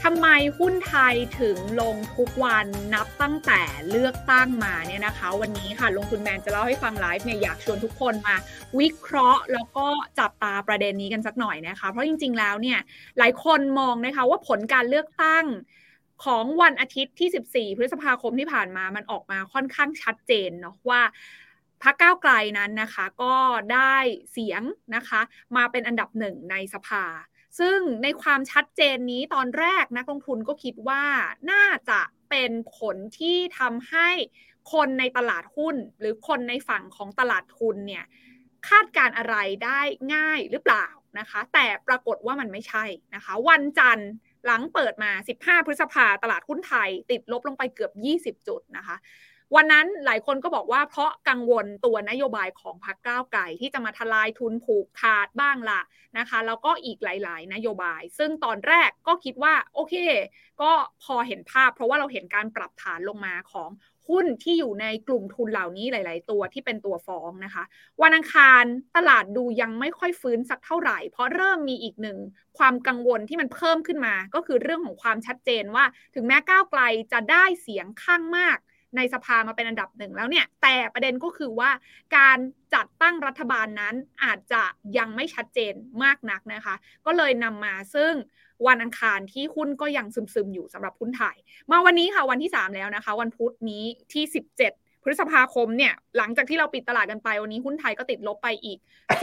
ทำไมหุ้นไทยถึงลงทุกวันนับตั้งแต่เลือกตั้งมาเนี่ยนะคะวันนี้ค่ะลงทุนแมนจะเล่าให้ฟังไลฟ์เนี่ยอยากชวนทุกคนมาวิเคราะห์แล้วก็จับตาประเด็นนี้กันสักหน่อยนะคะเพราะจริงๆแล้วเนี่ยหลายคนมองนะคะว่าผลการเลือกตั้งของวันอาทิตย์ที่14พฤษภาคมที่ผ่านมามันออกมาค่อนข้างชัดเจนเนาะว่าพรรคก้าวไกลนั้นนะคะก็ได้เสียงนะคะมาเป็นอันดับหนึ่งในสภาซึ่งในความชัดเจนนี้ตอนแรกนักลงทุนก็คิดว่าน่าจะเป็นผลที่ทำให้คนในตลาดหุ้นหรือคนในฝั่งของตลาดทุนเนี่ยคาดการอะไรได้ง่ายหรือเปล่านะคะแต่ปรากฏว่ามันไม่ใช่นะคะวันจันทร์หลังเปิดมา15พฤษภาตลาดหุ้นไทยติดลบลงไปเกือบ20จุดนะคะวันนั้นหลายคนก็บอกว่าเพราะกังวลตัวนโยบายของพรรคก้าวไกลที่จะมาทลายทุนผูกขาดบ้างล่ะนะคะแล้วก็อีกหลายๆนโยบายซึ่งตอนแรกก็คิดว่าโอเคก็พอเห็นภาพเพราะว่าเราเห็นการปรับฐานลงมาของหุ้นที่อยู่ในกลุ่มทุนเหล่านี้หลายๆตัวที่เป็นตัวฟ้องนะคะวันอังคารตลาดดูยังไม่ค่อยฟื้นสักเท่าไหร่เพราะเริ่มมีอีกหนึ่งความกังวลที่มันเพิ่มขึ้นมาก็คือเรื่องของความชัดเจนว่าถึงแม้ก้าวไกลจะได้เสียงข้างมากในสภามาเป็นอันดับหนึ่งแล้วเนี่ยแต่ประเด็นก็คือว่าการจัดตั้งรัฐบาลนั้นอาจจะยังไม่ชัดเจนมากนักนะคะก็เลยนำมาซึ่งวันอังคารที่หุ้นก็ยังซึมๆอยู่สำหรับหุ้นไทยมาวันนี้ค่ะวันที่3แล้วนะคะวันพุธนี้ที่17พฤษภาคมเนี่ยหลังจากที่เราปิดตลาดกันไปวันนี้หุ้นไทยก็ติดลบไปอีก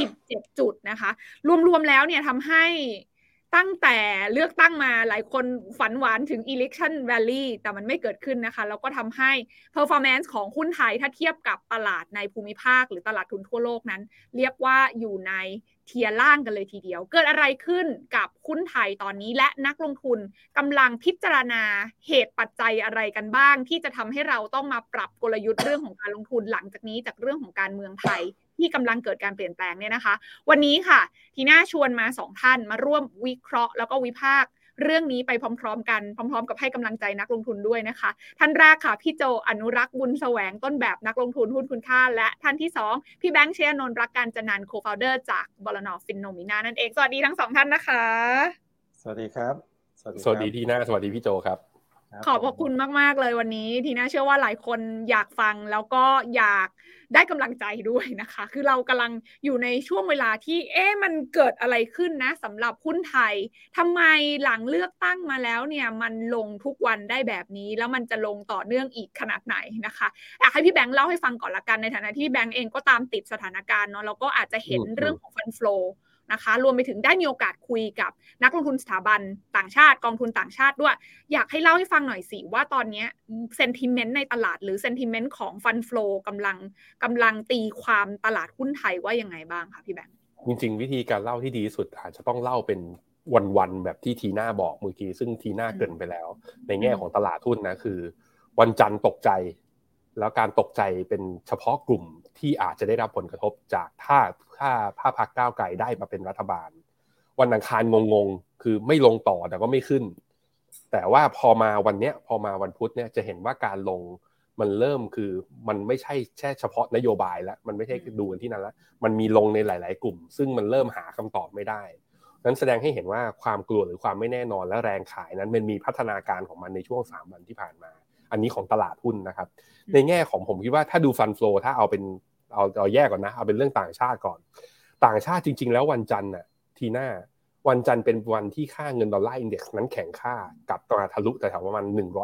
17จุดนะคะรวมๆแล้วเนี่ยทำให้ตั้งแต่เลือกตั้งมาหลายคนฝันหวานถึง election rally แต่มันไม่เกิดขึ้นนะคะแล้วก็ทำให้ performance ของหุ้นไทยถ้าเทียบกับตลาดในภูมิภาคหรือตลาดทุนทั่วโลกนั้นเรียกว่าอยู่ในเทียร์ล่างกันเลยทีเดียวเกิดอะไรขึ้นกับหุ้นไทยตอนนี้และนักลงทุนกำลังพิจารณาเหตุปัจจัยอะไรกันบ้างที่จะทำให้เราต้องมาปรับกลยุทธ์เรื่องของการลงทุนหลังจากนี้จากเรื่องของการเมืองไทยที่กำลังเกิดการเปลี่ยนแปลงเนี่ยนะคะวันนี้ค่ะทีน่าชวนมา2ท่านมาร่วมวิเคราะห์แล้วก็วิพากษ์เรื่องนี้ไปพร้อมๆกันพร้อมๆกับให้กำลังใจนักลงทุนด้วยนะคะท่านแรกค่ะพี่โจอนุรักษ์บุญแสวงต้นแบบนักลงทุนหุ้นคุณค่าและท่านที่2พี่แบงค์เชยนนท์รักการจนันท์โคฟาวเดอร์จากบลน.ฟินโนมินานั่นเองสวัสดีทั้ง2ท่านนะคะสวัสดีครับสวัสดีทีน่าสวัสดีพี่โจครับขอบคุณมากๆเลยวันนี้ทีน่าเชื่อว่าหลายคนอยากฟังแล้วก็อยากได้กำลังใจด้วยนะคะคือเรากำลังอยู่ในช่วงเวลาที่มันเกิดอะไรขึ้นนะสำหรับหุ้นไทยทำไมหลังเลือกตั้งมาแล้วเนี่ยมันลงทุกวันได้แบบนี้แล้วมันจะลงต่อเนื่องอีกขนาดไหนนะคะอยากให้พี่แบงค์เล่าให้ฟังก่อนละกันในฐานะที่แบงค์เองก็ตามติดสถานการณ์เนาะแล้วก็อาจจะเห็นเรื่องของฟันโฟลนะคะรวมไปถึงได้มีโอกาสคุยกับนักลงทุนสถาบันต่างชาติกองทุนต่างชาติด้วยอยากให้เล่าให้ฟังหน่อยสิว่าตอนนี้เซนติเมนต์ในตลาดหรือเซนติเมนต์ของฟันโฟลกำลังตีความตลาดหุ้นไทยว่ายังไงบ้างคะพี่แบงค์จริงๆวิธีการเล่าที่ดีที่สุดอาจจะต้องเล่าเป็นวันๆแบบที่ทีน่าบอกเมื่อกี้ซึ่งทีน่าเกริ่นไปแล้วในแง่ของตลาดหุ้นนะคือวันจันทร์ตกใจแล้วการตกใจเป็นเฉพาะกลุ่มที่อาจจะได้รับผลกระทบจากถ้าพรรคก้าวไกลได้มาเป็นรัฐบาลวันอังคารงงๆคือไม่ลงต่อแต่ก็ไม่ขึ้นแต่ว่าพอมาวันพุธเนี่ยจะเห็นว่าการลงมันเริ่มคือมันไม่ใช่แค่เฉพาะนโยบายแล้วมันไม่ใช่ดูกันที่นั้นแล้วมันมีลงในหลายๆกลุ่มซึ่งมันเริ่มหาคำตอบไม่ได้นั้นแสดงให้เห็นว่าความกลัวหรือความไม่แน่นอนและแรงขายนั้นมันมีพัฒนาการของมันในช่วง3วันที่ผ่านมาอันนี้ของตลาดหุ้นนะครับในแง่ของผมคิดว่าถ้าดูฟันโฟลถ้าเอาแยกก่อนนะเอาเป็นเรื่องต่างชาติก่อนต่างชาติจริงๆแล้ววันจันทร์น่ะทีหน้าวันจันทร์เป็นวันที่ค่าเงินดอลลาร์อินเด็กซ์นั้นแข็งค่ากับตัวทะลุแต่แถวประมาณ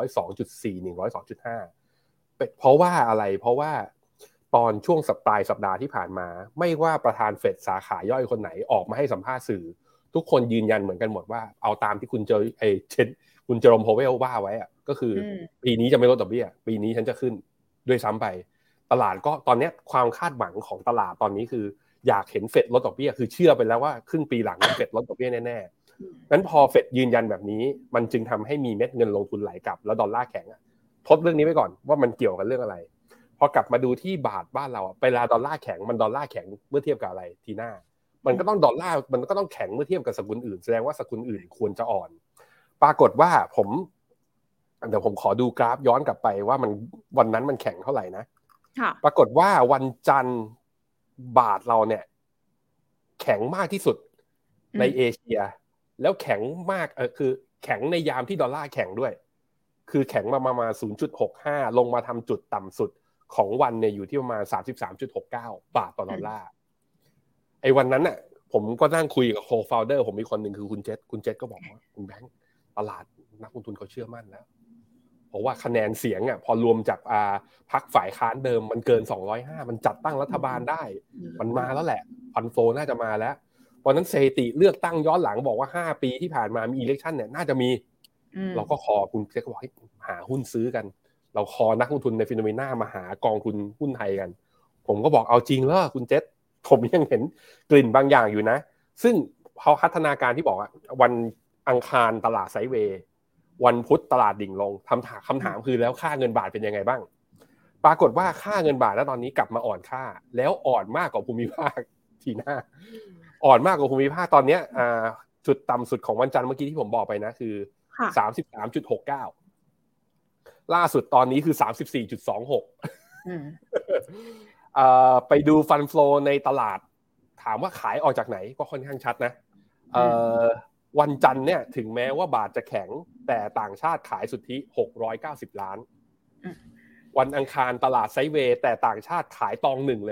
102.4 102.5 เพราะว่าอะไรเพราะว่าตอนช่วงสัปดาห์ที่ผ่านมาไม่ว่าประธานเฟดสาขาย่อยคนไหนออกมาให้สัมภาษณ์สื่อทุกคนยืนยันเหมือนกันหมดว่าเอาตามที่คุณเจอร์มโพเวลว่าไว้อะก็คือปีนี้จะไม่ลดดอกเบี้ยปีนี้ฉันจะขึ้นด้วยซ้ำไปตลาดก็ตอนนี้ความคาดหวังของตลาดตอนนี้คืออยากเห็นเฟดลดดอกเบี้ยคือเชื่อไปแล้วว่าครึ่งปีหลังเฟดลดดอกเบี้ยแน่ๆงั้นพอเฟดยืนยันแบบนี้มันจึงทำให้มีเม็ดเงินลงทุนไหลกลับแล้วดอลลาร์แข็งทดเรื่องนี้ไว้ก่อนว่ามันเกี่ยวกันเรื่องอะไรพอกลับมาดูที่บาทบ้านเราเวลาดอลลาร์แข็งมันดอลลาร์แข็งเมื่อเทียบกับอะไรทีหน้ามันก็ต้องดอลลาร์มันก็ต้องแข็งเมื่อเทียบกับสกุลอื่นแสดงว่าสกุลอื่นควรจะอ่อนปรากฏว่าเดี๋ยวผมขอดูกราฟย้อนกลับไปว่ามันวันนั้นมันแข็งเท่าไหร่นะปรากฏว่าวันจันทร์บาทเราเนี่ยแข็งมากที่สุดในเอเชียแล้วแข็งมากคือแข็งในยามที่ดอลลาร์แข็งด้วยคือแข็งมาประมาณ 0.65 ลงมาทำจุดต่ำสุดของวันเนี่ยอยู่ที่ประมาณ 33.69 บาทต่อดอลลาร์ไอ้วันนั้นน่ะผมก็นั่งคุยกับโคฟาวเดอร์ผมมีคนหนึ่งคือคุณเจษก็บอกว่าคุณแบงค์ตลาดนักลงทุนเขาเชื่อมั่นแล้วเพราะว่าคะแนนเสียงอ่ะพอรวมจากพรรคฝ่ายค้านเดิมมันเกิน205มันจัดตั้งรัฐบาลได้มันมาแล้วแหละฟันโฟน่าจะมาแล้ววันนั้นสถิติเลือกตั้งย้อนหลังบอกว่า5ปีที่ผ่านมามีอิเล็กชันเนี่ยน่าจะมีเราก็คอคุณเจษก็บอกให้หาหุ้นซื้อกันเราคอนักลงทุนในฟิโนเมนามาหากองทุนหุ้นไทยกันผมก็บอกเอาจริงแล้วคุณเจษผมยังเห็นกลิ่นบางอย่างอยู่นะซึ่งพอพัฒนาการที่บอกว่าวันอังคารตลาดไซด์เวย์วันพุธตลาดดิ่งลงคำถามคือแล้วค่าเงินบาทเป็นยังไงบ้างปรากฏว่าค่าเงินบาทแล้วตอนนี้กลับมาอ่อนค่าแล้วอ่อนมากกว่าภูมิภาคทีหน้าอ่อนมากกว่าภูมิภาคตอนนี้จุดต่ำสุดของวันจันทร์เมื่อกี้ที่ผมบอกไปนะคือ 33.69 ล่าสุดตอนนี้คือ 34.26 ไปดูฟันโฟลในตลาดถามว่าขายออกจากไหนก็ค่อนข้างชัดนะวันจันทร์เนี่ยถึงแม้ว่าบาทจะแข็งแต่ต่างชาติขายสุทธิ690ล้านวันอังคารตลาดไซด์เวย์แต่ต่างชาติขายตองหนึ่งเลย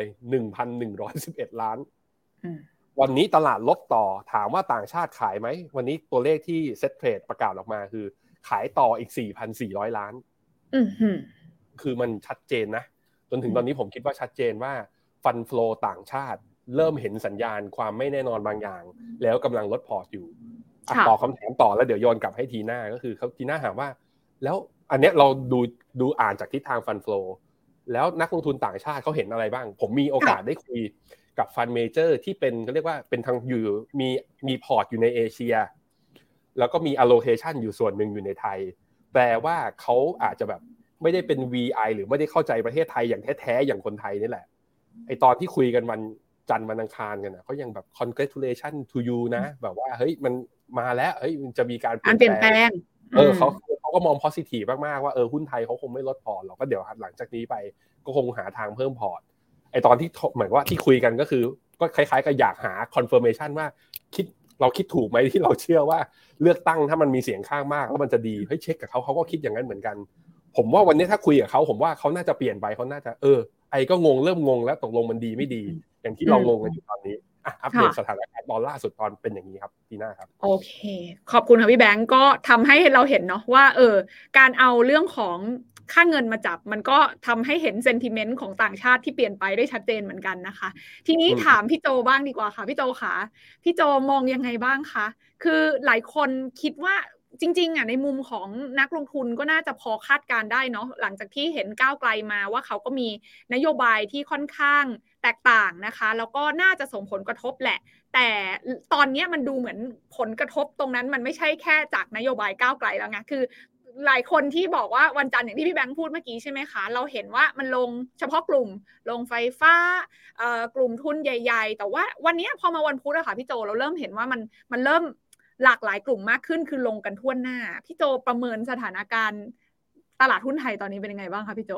1,111 ล้านวันนี้ตลาดลบต่อถามว่าต่างชาติขายไหมวันนี้ตัวเลขที่เซ็ตเทรดประกาศออกมาคือขายต่ออีก 4,400 ล้านคือมันชัดเจนนะจนถึงตอนนี้ผมคิดว่าชัดเจนว่าฟันโฟลต่างชาติเริ่มเห็นสัญญาณความไม่แน่นอนบางอย่างแล้วกำลังลดพอร์ตอยู่ตอบคำถามต่อแล้วเดี๋ยวโยนกลับให้ทีน่าก็คือเขาทีน่าถามว่าแล้วอันเนี้ยเราดูอ่านจากทิศทางฟันโฟลแล้วนักลงทุนต่างชาติเขาเห็นอะไรบ้างผมมีโอกาสได้คุยกับฟันเมเจอร์ที่เป็นเขาเรียกว่าเป็นทางอยู่มีพอร์ตอยู่ในเอเชียแล้วก็มี allocation อยู่ส่วนหนึ่งอยู่ในไทยแปลว่าเขาอาจจะแบบไม่ได้เป็น VI หรือไม่ได้เข้าใจประเทศไทยอย่างแท้ๆอย่างคนไทยนี่แหละไอตอนที่คุยกันวันจันทร์วันอังคารกันนะเขายังแบบ congratulation to you นะแบบว่าเฮ้ยมันมาแล้วเฮ้ยมันจะมีการเปลี่ยนแปลงเขาก็มอง positive มากๆว่าหุ้นไทยเขาคงไม่ลดพอร์ตหรอกก็เดี๋ยวหลังจากนี้ไปก็คงหาทางเพิ่มพอร์ตไอตอนที่เหมือนว่าที่คุยกันก็คือก็คล้ายๆกับอยากหา confirmation ว่าเราคิดถูกไหมที่เราเชื่อว่าเลือกตั้งถ้ามันมีเสียงข้างมากแล้วมันจะดีเฮ้ยเช็คกับเขาก็คิดอย่างนั้นเหมือนกันผมว่าวันนี้ถ้าคุยกับเขาผมว่าเขาน่าจะเปลี่ยนไปเขาน่าจะไอก็เริ่มงงแล้วตกลงมันดีไม่ดีอย่างที่เรางงกันอยู่ตอนนี้อัปเดตสถานการณ์ตอนล่าสุดตอนเป็นอย่างนี้ครับทีน่าครับโอเคขอบคุณค่ะพี่แบงก์ก็ทำให้เราเห็นเนาะว่าการเอาเรื่องของค่าเงินมาจับมันก็ทำให้เห็นเซนติเมนต์ของต่างชาติที่เปลี่ยนไปได้ชัดเจนเหมือนกันนะคะทีนี้ถามพี่โจบ้างดีกว่าค่ะพี่โจค่ะพี่โจมองยังไงบ้างคะคือหลายคนคิดว่าจริงๆในมุมของนักลงทุนก็น่าจะพอคาดการได้เนาะหลังจากที่เห็นก้าวไกลมาว่าเขาก็มีนโยบายที่ค่อนข้างแตกต่างนะคะแล้วก็น่าจะส่งผลกระทบแหละแต่ตอนนี้มันดูเหมือนผลกระทบตรงนั้นมันไม่ใช่แค่จากนโยบายก้าวไกลแล้วไงคือหลายคนที่บอกว่าวันจันทร์อย่างที่พี่แบงค์พูดเมื่อกี้ใช่ไหมคะเราเห็นว่ามันลงเฉพาะกลุ่มลงไฟฟ้ากลุ่มทุนใหญ่ๆแต่ว่าวันนี้พอมาวันพุธอะค่ะพี่โจเราเริ่มเห็นว่ามันเริ่มหลากหลายกลุ่มมากขึ้นคือลงกันทั่วหน้าพี่โจประเมินสถานการณ์ตลาดหุ้นไทยตอนนี้เป็นยังไงบ้างคะพี่โจ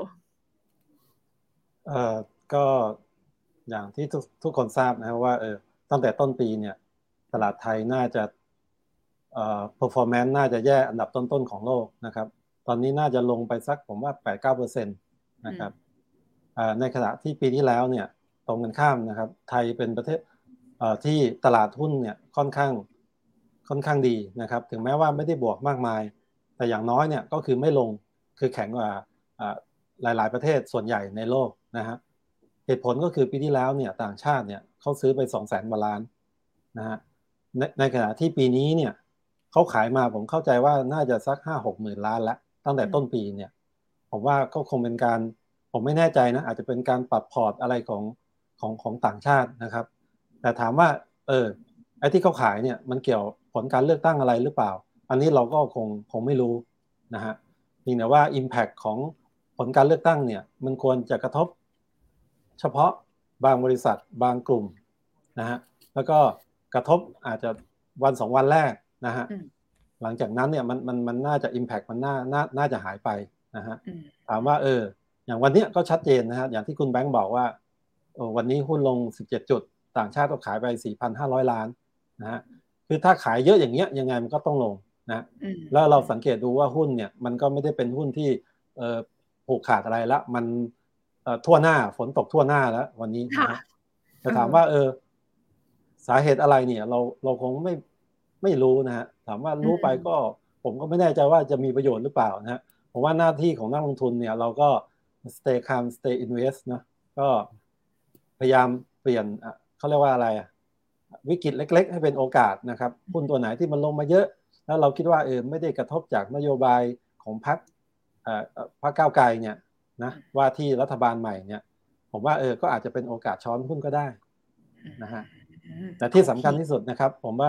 ก็อย่างที่ทุกคนทราบนะครับว่าตั้งแต่ต้นปีเนี่ยตลาดไทยน่าจะperformance น่าจะแย่อันดับต้นๆของโลกนะครับตอนนี้น่าจะลงไปสักผมว่า 8-9% นะครับในขณะที่ปีที่แล้วเนี่ยตรงกันข้ามนะครับไทยเป็นประเทศที่ตลาดหุ้นเนี่ยค่อนข้างดีนะครับถึงแม้ว่าไม่ได้บวกมากมายแต่อย่างน้อยเนี่ยก็คือไม่ลงคือแข็งกว่าหลายๆประเทศส่วนใหญ่ในโลกนะฮะเหตุผลก็คือปีที่แล้วเนี่ยต่างชาติเนี่ยเขาซื้อไป 200,000 กว่าล้านนะฮะในขณะที่ปีนี้เนี่ยเขาขายมาผมเข้าใจว่าน่าจะสัก 5-6 หมื่นล้านแล้วตั้งแต่ต้นปีเนี่ยผมว่าก็คงเป็นการผมไม่แน่ใจนะอาจจะเป็นการปรับพอร์ตอะไรของต่างชาตินะครับแต่ถามว่าไอ้ที่เขาขายเนี่ยมันเกี่ยวผลการเลือกตั้งอะไรหรือเปล่าอันนี้เราก็คงไม่รู้นะฮะเพียงแต่ว่า impact ของผลการเลือกตั้งเนี่ยมันควรจะกระทบเฉพาะบางบริษัทบางกลุ่มนะฮะแล้วก็กระทบอาจจะวัน2วันแรกนะฮะหลังจากนั้นเนี่ยมันน่าจะ impact มันน่าจะหายไปนะฮะถามว่าอย่างวันนี้ก็ชัดเจนนะฮะอย่างที่คุณแบงค์บอกว่าวันนี้หุ้นลง17จุดต่างชาติก็ขายไป 4,500 ล้านนะฮะคือถ้าขายเยอะอย่างเงี้ยยังไงมันก็ต้องลงนะแล้วเราสังเกตดูว่าหุ้นเนี่ยมันก็ไม่ได้เป็นหุ้นที่ผูกขาดอะไรละมันทั่วหน้าฝนตกทั่วหน้าแล้ววันนี้นะแต่ถามว่าสาเหตุอะไรเนี่ยเราคงไม่รู้นะฮะถามว่ารู้ไปก็ผมก็ไม่แน่ใจว่าจะมีประโยชน์หรือเปล่านะฮะผมว่าหน้าที่ของนักลงทุนเนี่ยเราก็ stay calm stay invest นะก็พยายามเปลี่ยนเขาเรียกว่าอะไรวิกฤตเล็กๆให้เป็นโอกาสนะครับหุ้นตัวไหนที่มันลงมาเยอะแล้วเราคิดว่าไม่ได้กระทบจากนโยบายของพรรคก้าวไกลเนี่ยนะว่าที่รัฐบาลใหม่เนี่ยผมว่าก็อาจจะเป็นโอกาสช้อนหุ้นก็ได้นะฮะแต่ที่สำคัญที่สุดนะครับผมว่า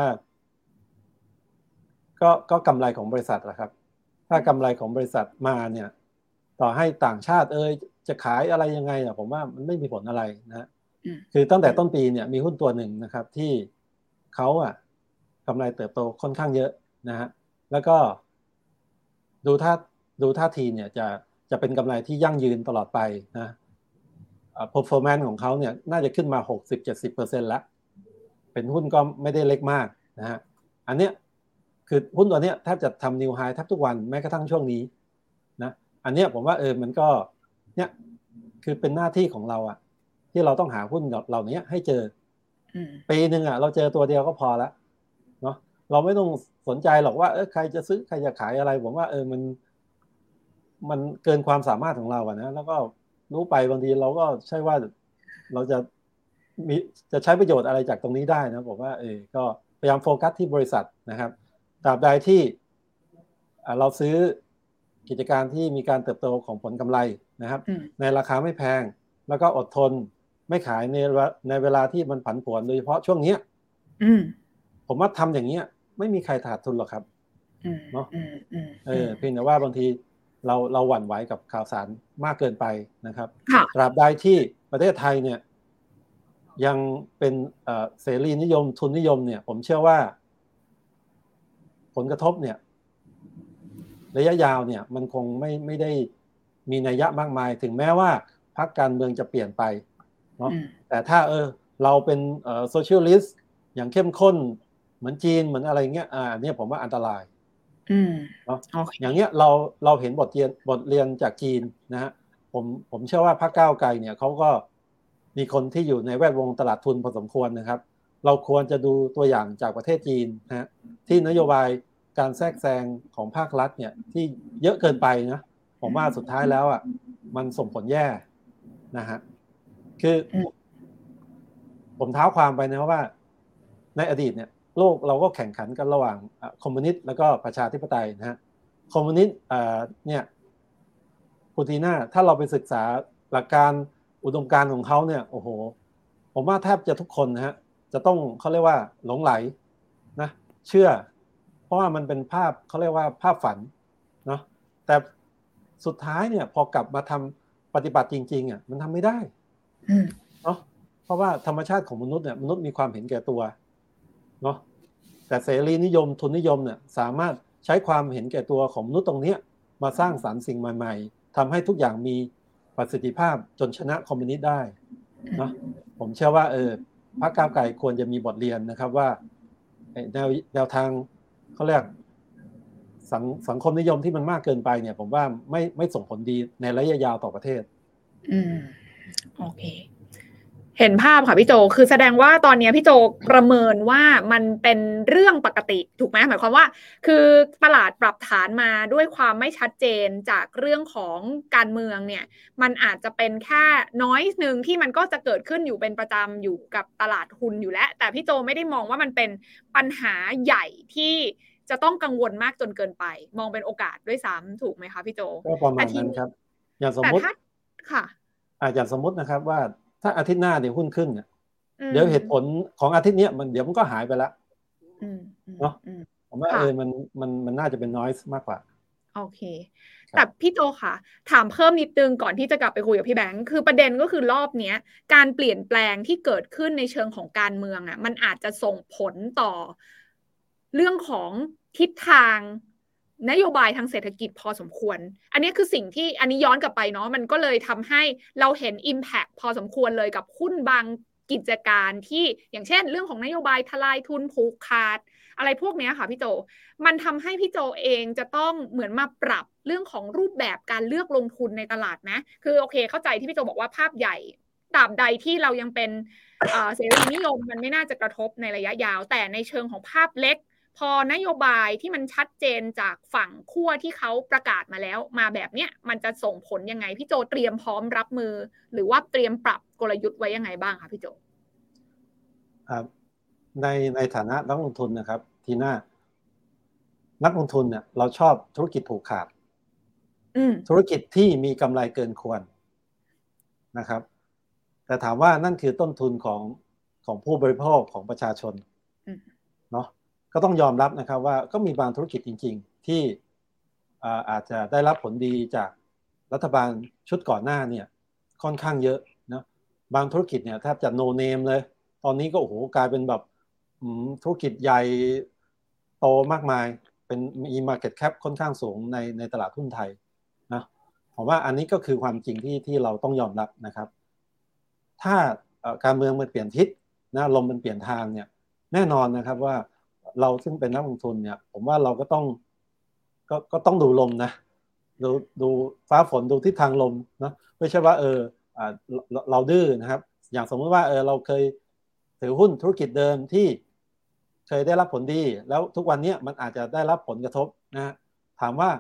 ก็กำไรของบริษัทแหละครับถ้ากำไรของบริษัทมาเนี่ยต่อให้ต่างชาติจะขายอะไรยังไงผมว่ามันไม่มีผลอะไรนะคือตั้งแต่ต้นปีเนี่ยมีหุ้นตัวหนึ่งนะครับที่เขากำไรเติบโตค่อนข้างเยอะนะฮะแล้วก็ดูท่าทีเนี่ยจะเป็นกำไรที่ยั่งยืนตลอดไปนะ performance ของเขาเนี่ยน่าจะขึ้นมา 60-70% แล้วเป็นหุ้นก็ไม่ได้เล็กมากนะฮะอันเนี้ยคือหุ้นตัวเนี้ยแทบจะทำ new high แทบทุกวันแม้กระทั่งช่วงนี้นะอันเนี้ยผมว่ามันก็เนี่ยคือเป็นหน้าที่ของเราที่เราต้องหาหุ้นเหล่านี้ให้เจอปีนึงเราเจอตัวเดียวก็พอแล้วเนาะเราไม่ต้องสนใจหรอกว่าใครจะซื้อใครจะขายอะไรผมว่ามันเกินความสามารถของเรานะแล้วก็รู้ไปบางทีเราก็ใช่ว่าเราจะใช้ประโยชน์อะไรจากตรงนี้ได้นะผมว่าก็พยายามโฟกัสที่บริษัทนะครับตราบใดที่เราซื้อกิจการที่มีการเติบโตของผลกำไรนะครับในราคาไม่แพงแล้วก็อดทนไม่ขายในเวลาที่มันผันผวนโดยเฉพาะช่วงนี้ผมว่าทำอย่างนี้ไม่มีใครขาดทุนหรอกครับเนาะเพียงแต่ว่าบางทีเราหวั่นไหวกับข่าวสารมากเกินไปนะครับตราบใดที่ประเทศไทยเนี่ยยังเป็นเสรีนิยมทุนนิยมเนี่ยผมเชื่อว่าผลกระทบเนี่ยระยะยาวเนี่ยมันคงไม่ได้มีนัยยะมากมายถึงแม้ว่าพรรคการเมืองจะเปลี่ยนไปเนาะแต่ถ้าเราเป็นโซเชียลิสต์อย่างเข้มข้นเหมือนจีนเหมือนอะไรเงี้ยอันนี้ผมว่าอันตรายเนาะอย่างเงี้ยเราเห็นบทเรียนจากจีนนะฮะผมเชื่อว่าพรรคก้าวไกลเนี่ยเขาก็มีคนที่อยู่ในแวดวงตลาดทุนพอสมควรนะครับเราควรจะดูตัวอย่างจากประเทศจีนนะฮะที่นโยบายการแทรกแซงของภาครัฐเนี่ยที่เยอะเกินไปนะผมว่าสุดท้ายแล้วมันส่งผลแย่นะฮะคือผมเท้าความไปนะว่าในอดีตเนี่ยโลกเราก็แข่งขันกันระหว่างคอมมิวนิสต์แล้วก็ประชาธิปไตยนะฮะคอมมิวนิสต์เนี่ยคุณทีน่าถ้าเราไปศึกษาหลักการอุดมการณ์ของเขาเนี่ยโอ้โหผมว่าแทบจะทุกคนนะฮะจะต้องเขาเรียกว่าหลงไหลนะเชื่อเพราะว่ามันเป็นภาพเขาเรียกว่าภาพฝันเนาะแต่สุดท้ายเนี่ยพอกลับมาทำปฏิบัติจริงๆมันทำไม่ได้เนาะเพราะว่าธรรมชาติของมนุษย์เนี่ยมนุษย์มีความเห็นแก่ตัวเนาะแต่เสรีนิยมทุนนิยมเนี่ยสามารถใช้ความเห็นแก่ตัวของมนุษย์ตรงนี้มาสร้างสรรค์สิ่งใหม่ๆทำให้ทุกอย่างมีประสิทธิภาพจนชนะคอมมิวนิสต์ได้เนาะผมเชื่อว่าพรรคก้าวไกลควรจะมีบทเรียนนะครับว่าแนวทางเขาเรียกสังคมนิยมที่มันมากเกินไปเนี่ยผมว่าไม่ส่งผลดีในระยะยาวต่อประเทศโอเคเห็นภาพค่ะพี่โจคือแสดงว่าตอนนี้พี่โจประเมินว่ามันเป็นเรื่องปกติถูกไหมหมายความว่าคือตลาดปรับฐานมาด้วยความไม่ชัดเจนจากเรื่องของการเมืองเนี่ยมันอาจจะเป็นแค่น้อยนึงที่มันก็จะเกิดขึ้นอยู่เป็นประจำอยู่กับตลาดหุ้นอยู่แล้วแต่พี่โจไม่ได้มองว่ามันเป็นปัญหาใหญ่ที่จะต้องกังวลมากจนเกินไปมองเป็นโอกาสด้วยซ้ำถูกไหมคะพี่โจก็ประมาณนั้นครับอย่างสมมติค่ะอย่างสมมตินะครับว่าถ้าอาทิตย์หน้าเดี๋ยวหุ้นขึ้นเนี่ยเดี๋ยวเหตุผลของอาทิตย์นี้เดี๋ยวมันก็หายไปแล้วเนาะผมว่ามันน่าจะเป็น noise มากกว่าโอเคแต่พี่โจค่ะถามเพิ่มนิดนึงก่อนที่จะกลับไปคุยกับพี่แบงค์คือประเด็นก็คือรอบนี้การเปลี่ยนแปลงที่เกิดขึ้นในเชิงของการเมืองมันอาจจะส่งผลต่อเรื่องของทิศทางนโยบายทางเศรษฐกิจพอสมควรอันนี้คือสิ่งที่อันนี้ย้อนกลับไปเนาะมันก็เลยทำให้เราเห็น impact พอสมควรเลยกับหุ้นบางกิจการที่อย่างเช่นเรื่องของนโยบายทลายทุนผูกขาดอะไรพวกนี้ค่ะพี่โจมันทำให้พี่โจเองจะต้องเหมือนมาปรับเรื่องของรูปแบบการเลือกลงทุนในตลาดนะคือโอเคเข้าใจที่พี่โจบอกว่าภาพใหญ่ตราบใดที่เรายังเป็นเสรีนิยมมันไม่น่าจะกระทบในระยะยาวแต่ในเชิงของภาพเล็กพอนโยบายที่มันชัดเจนจากฝั่งขั้วที่เขาประกาศมาแล้วมาแบบเนี้ยมันจะส่งผลยังไงพี่โจเตรียมพร้อมรับมือหรือว่าเตรียมปรับกลยุทธ์ไว้ยังไงบ้างคะพี่โจครับในฐานะนักลงทุนนะครับทีน่านักลงทุนเนี่ยเราชอบธุรกิจผูกขาดธุรกิจที่มีกำไรเกินควรนะครับแต่ถามว่านั่นคือต้นทุนของผู้บริโภคของประชาชนเนาะก็ต้องยอมรับนะครับว่าก็มีบางธุรกิจจริงๆที่อาจจะได้รับผลดีจากรัฐบาลชุดก่อนหน้าเนี่ยค่อนข้างเยอะนะบางธุรกิจเนี่ยแทบจะโนเนมเลยตอนนี้ก็โอ้โหกลายเป็นแบบธุรกิจใหญ่โตมากมายเป็นมี market cap ค่อนข้างสูงในตลาดหุ้นไทยนะผมว่าอันนี้ก็คือความจริงที่เราต้องยอมรับนะครับถ้าการเมืองมันเปลี่ยนทิศนะลมมันเปลี่ยนทางเนี่ยแน่นอนนะครับว่าเราซึ่งเป็นนักลงทุนเนี่ยผมว่าเราก็ต้องดูลมนะดูฟ้าฝนดูทิศทางลมนะไม่ใช่ว่าเราดื้อนะครับอย่างสมมติว่าเราเคยถือหุ้นธุรกิจเดิมที่เคยได้รับผลดีแล้วทุกวันนี้มันอาจจะได้รับผลกระทบนะถามว่า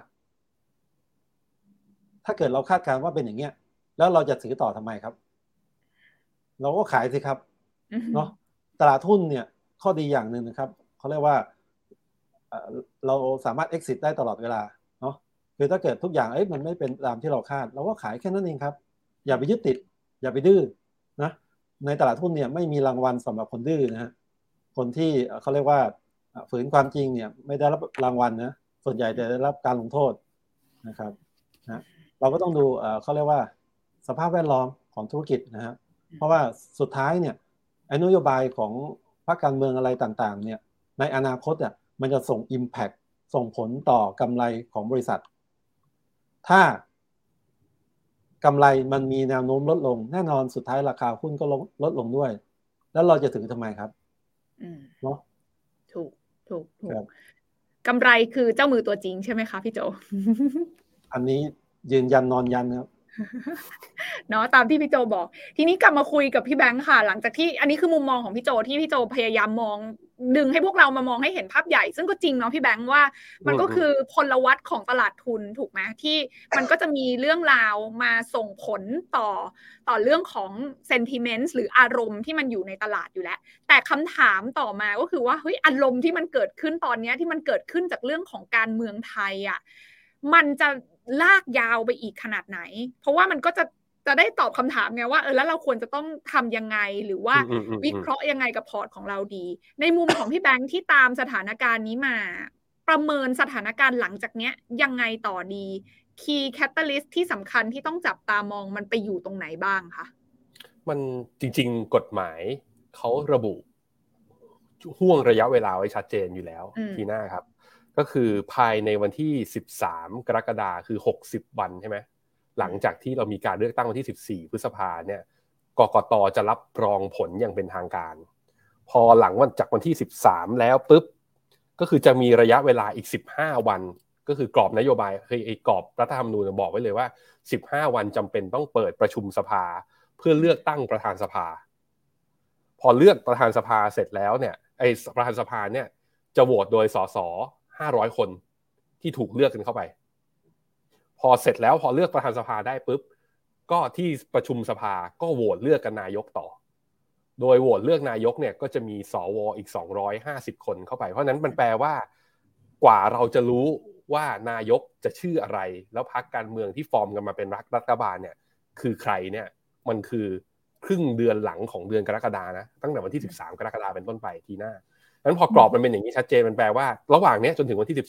ถ้าเกิดเราคาดการณ์ว่าเป็นอย่างเงี้ยแล้วเราจะถือต่อทำไมครับเราก็ขายสิครับเนาะตลาดหุ้นเนี่ยข้อดีอย่างหนึ่งนะครับเขาเรียกว่าเราสามารถ exit ได้ตลอดเวลาเนาะคือถ้าเกิดทุกอย่างมันไม่เป็นตามที่เราคาดเราก็ขายแค่นั้นเองครับอย่าไปยึดติดอย่าไปดื้อนะในตลาดหุ้นเนี่ยไม่มีรางวัลสำหรับคนดื้อนะฮะคนที่เขาเรียกว่าฝืนความจริงเนี่ยไม่ได้รับรางวัลนะส่วนใหญ่จะได้รับการลงโทษนะครับนะเราก็ต้องดูเขาเรียกว่าสภาพแวดล้อมของธุรกิจนะฮะเพราะว่าสุดท้ายเนี่ยนโยบายของพรรคการเมืองอะไรต่างๆเนี่ยในอนาคตเนี่ยมันจะส่ง impact ส่งผลต่อกำไรของบริษัทถ้ากำไรมันมีแนวโน้มลดลงแน่นอนสุดท้ายราคาหุ้นก็ลดลงด้วยแล้วเราจะถือทำไมครับเนาะถูกกำไรคือเจ้ามือตัวจริงใช่ไหมคะพี่โจอันนี้ยืนยันนอนยันครับเนาะตามที่พี่โจบอกทีนี้กลับมาคุยกับพี่แบงค์ค่ะหลังจากที่อันนี้คือมุมมองของพี่โจที่พี่โจพยายามมองดึงให้พวกเรามามองให้เห็นภาพใหญ่ซึ่งก็จริงเนาะพี่แบงค์ว่ามันก็คือพลวัตของตลาดทุนถูกไหมที่มันก็จะมีเรื่องราวมาส่งผลต่อเรื่องของ sentiment หรืออารมณ์ที่มันอยู่ในตลาดอยู่แล้วแต่คำถามต่อมาก็คือว่าเฮ้ยอารมณ์ที่มันเกิดขึ้นตอนนี้ที่มันเกิดขึ้นจากเรื่องของการเมืองไทยอ่ะมันจะลากยาวไปอีกขนาดไหนเพราะว่ามันก็จะได้ตอบคำถามไงว่าแล้วเราควรจะต้องทำยังไงหรือว่าวิเคราะห์ยังไงกับพอร์ตของเราดีในมุมของพี่แบงค์ที่ตามสถานการณ์นี้มาประเมินสถานการณ์หลังจากนี้ยังไงต่อดี Key Catalyst ที่สำคัญที่ต้องจับตามองมันไปอยู่ตรงไหนบ้างคะมันจริงๆกฎหมายเขาระบุห่วงระยะเวลาไว้ชัดเจนอยู่แล้วทีหน้าครับก็คือภายในวันที่13กรกฎาคมคือ60วันใช่ไหมหลังจากที่เรามีการเลือกตั้งวันที่14พฤษภาเนี่ยกกต.จะรับรองผลอย่างเป็นทางการพอหลังจากวันที่13แล้วปุ๊บก็คือจะมีระยะเวลาอีก15วันก็คือกรอบนโยบายคือไอ้กรอบรัฐธรรมนูญบอกไว้เลยว่า15วันจำเป็นต้องเปิดประชุมสภาเพื่อเลือกตั้งประธานสภาพอเลือกประธานสภาเสร็จแล้วเนี่ยไอ้ประธานสภาเนี่ยจะโหวตโดยสส500คนที่ถูกเลือกกันเข้าไปพอเสร็จแล้วพอเลือกประธานสภาได้ปุ๊บก็ที่ประชุมสภาก็โหวตเลือกกันนายกต่อโดยโหวตเลือกนายกเนี่ยก็จะมีสวอีก250คนเข้าไปเพราะนั้นมันแปลว่ากว่าเราจะรู้ว่านายกจะชื่ออะไรแล้วพรรคการเมืองที่ฟอร์มกันมาเป็นรัฐบาลเนี่ยคือใครเนี่ยมันคือครึ่งเดือนหลังของเดือนกรกฎานะตั้งแต่วันที่13กรกฎาเป็นต้นไปทีหน้านั้นพอกรอบมันเป็นอย่างนี้ชัดเจนมันแปลว่าระหว่างนี้จนถึงวันที่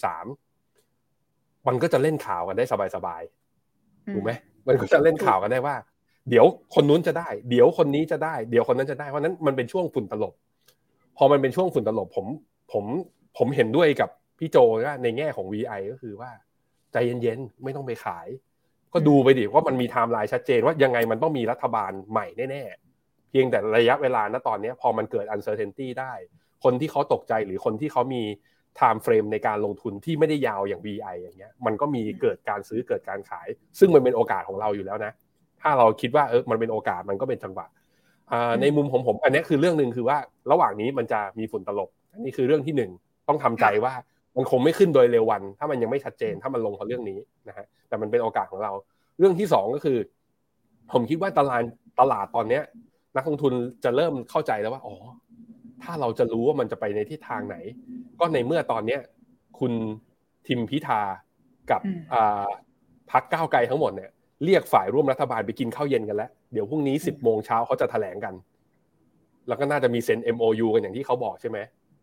13มันก็จะเล่นข่าวกันได้สบายๆถูกไหมมันก็จะเล่นข่าวกันได้ว่าเดี๋ยวคนนู้นจะได้เดี๋ยวคนนี้จะได้เดี๋ยวคนนั้นจะได้เพราะนั้นมันเป็นช่วงฝุ่นตลบพอมันเป็นช่วงฝุ่นตลบผมเห็นด้วยกับพี่โจว่าในแง่ของ VI ก็คือว่าใจเย็นๆไม่ต้องไปขายก็ดูไปดิว่ามันมีไทม์ไลน์ชัดเจนว่ายังไงมันต้องมีรัฐบาลใหม่แน่เพียงแต่ระยะเวลาณตอนนี้พอมันเกิด uncertainty ได้คนที่เขาตกใจหรือคนที่เขามี time frame ในการลงทุนที่ไม่ได้ยาวอย่าง VI อย่างเงี้ยมันก็มีเกิดการซื้อเกิดการขายซึ่งมันเป็นโอกาสของเราอยู่แล้วนะถ้าเราคิดว่ามันเป็นโอกาสมันก็เป็นจังหวะในมุมของผมอันนี้คือเรื่องนึงคือว่าระหว่างนี้มันจะมีฝุ่นตลบอันนี้คือเรื่องที่1ต้องทำใจว่ามันคงไม่ขึ้นโดยเร็ววันถ้ามันยังไม่ชัดเจนถ้ามันลงเพราะเรื่องนี้นะฮะแต่มันเป็นโอกาสของเราเรื่องที่2ก็คือผมคิดว่าตลาดตอนนี้นักลงทุนจะเริ่มเข้าใจแล้วว่าอ๋อถ้าเราจะรู้ว่ามันจะไปในทิศทางไหนก็ในเมื่อตอนนี้คุณทิมพิธากับพรรคก้าวไกลทั้งหมดเนี่ยเรียกฝ่ายร่วมรัฐบาลไปกินข้าวเย็นกันแล้วเดี๋ยวพรุ่งนี้ 10:00 นเขาจะแถลงกันแล้วก็น่าจะมีเซ็น MOU กันอย่างที่เขาบอกใช่ไหม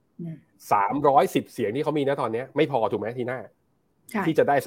310เสียงที่เขามีนะตอนนี้ไม่พอถูกไหมทีหน้าที่จะได้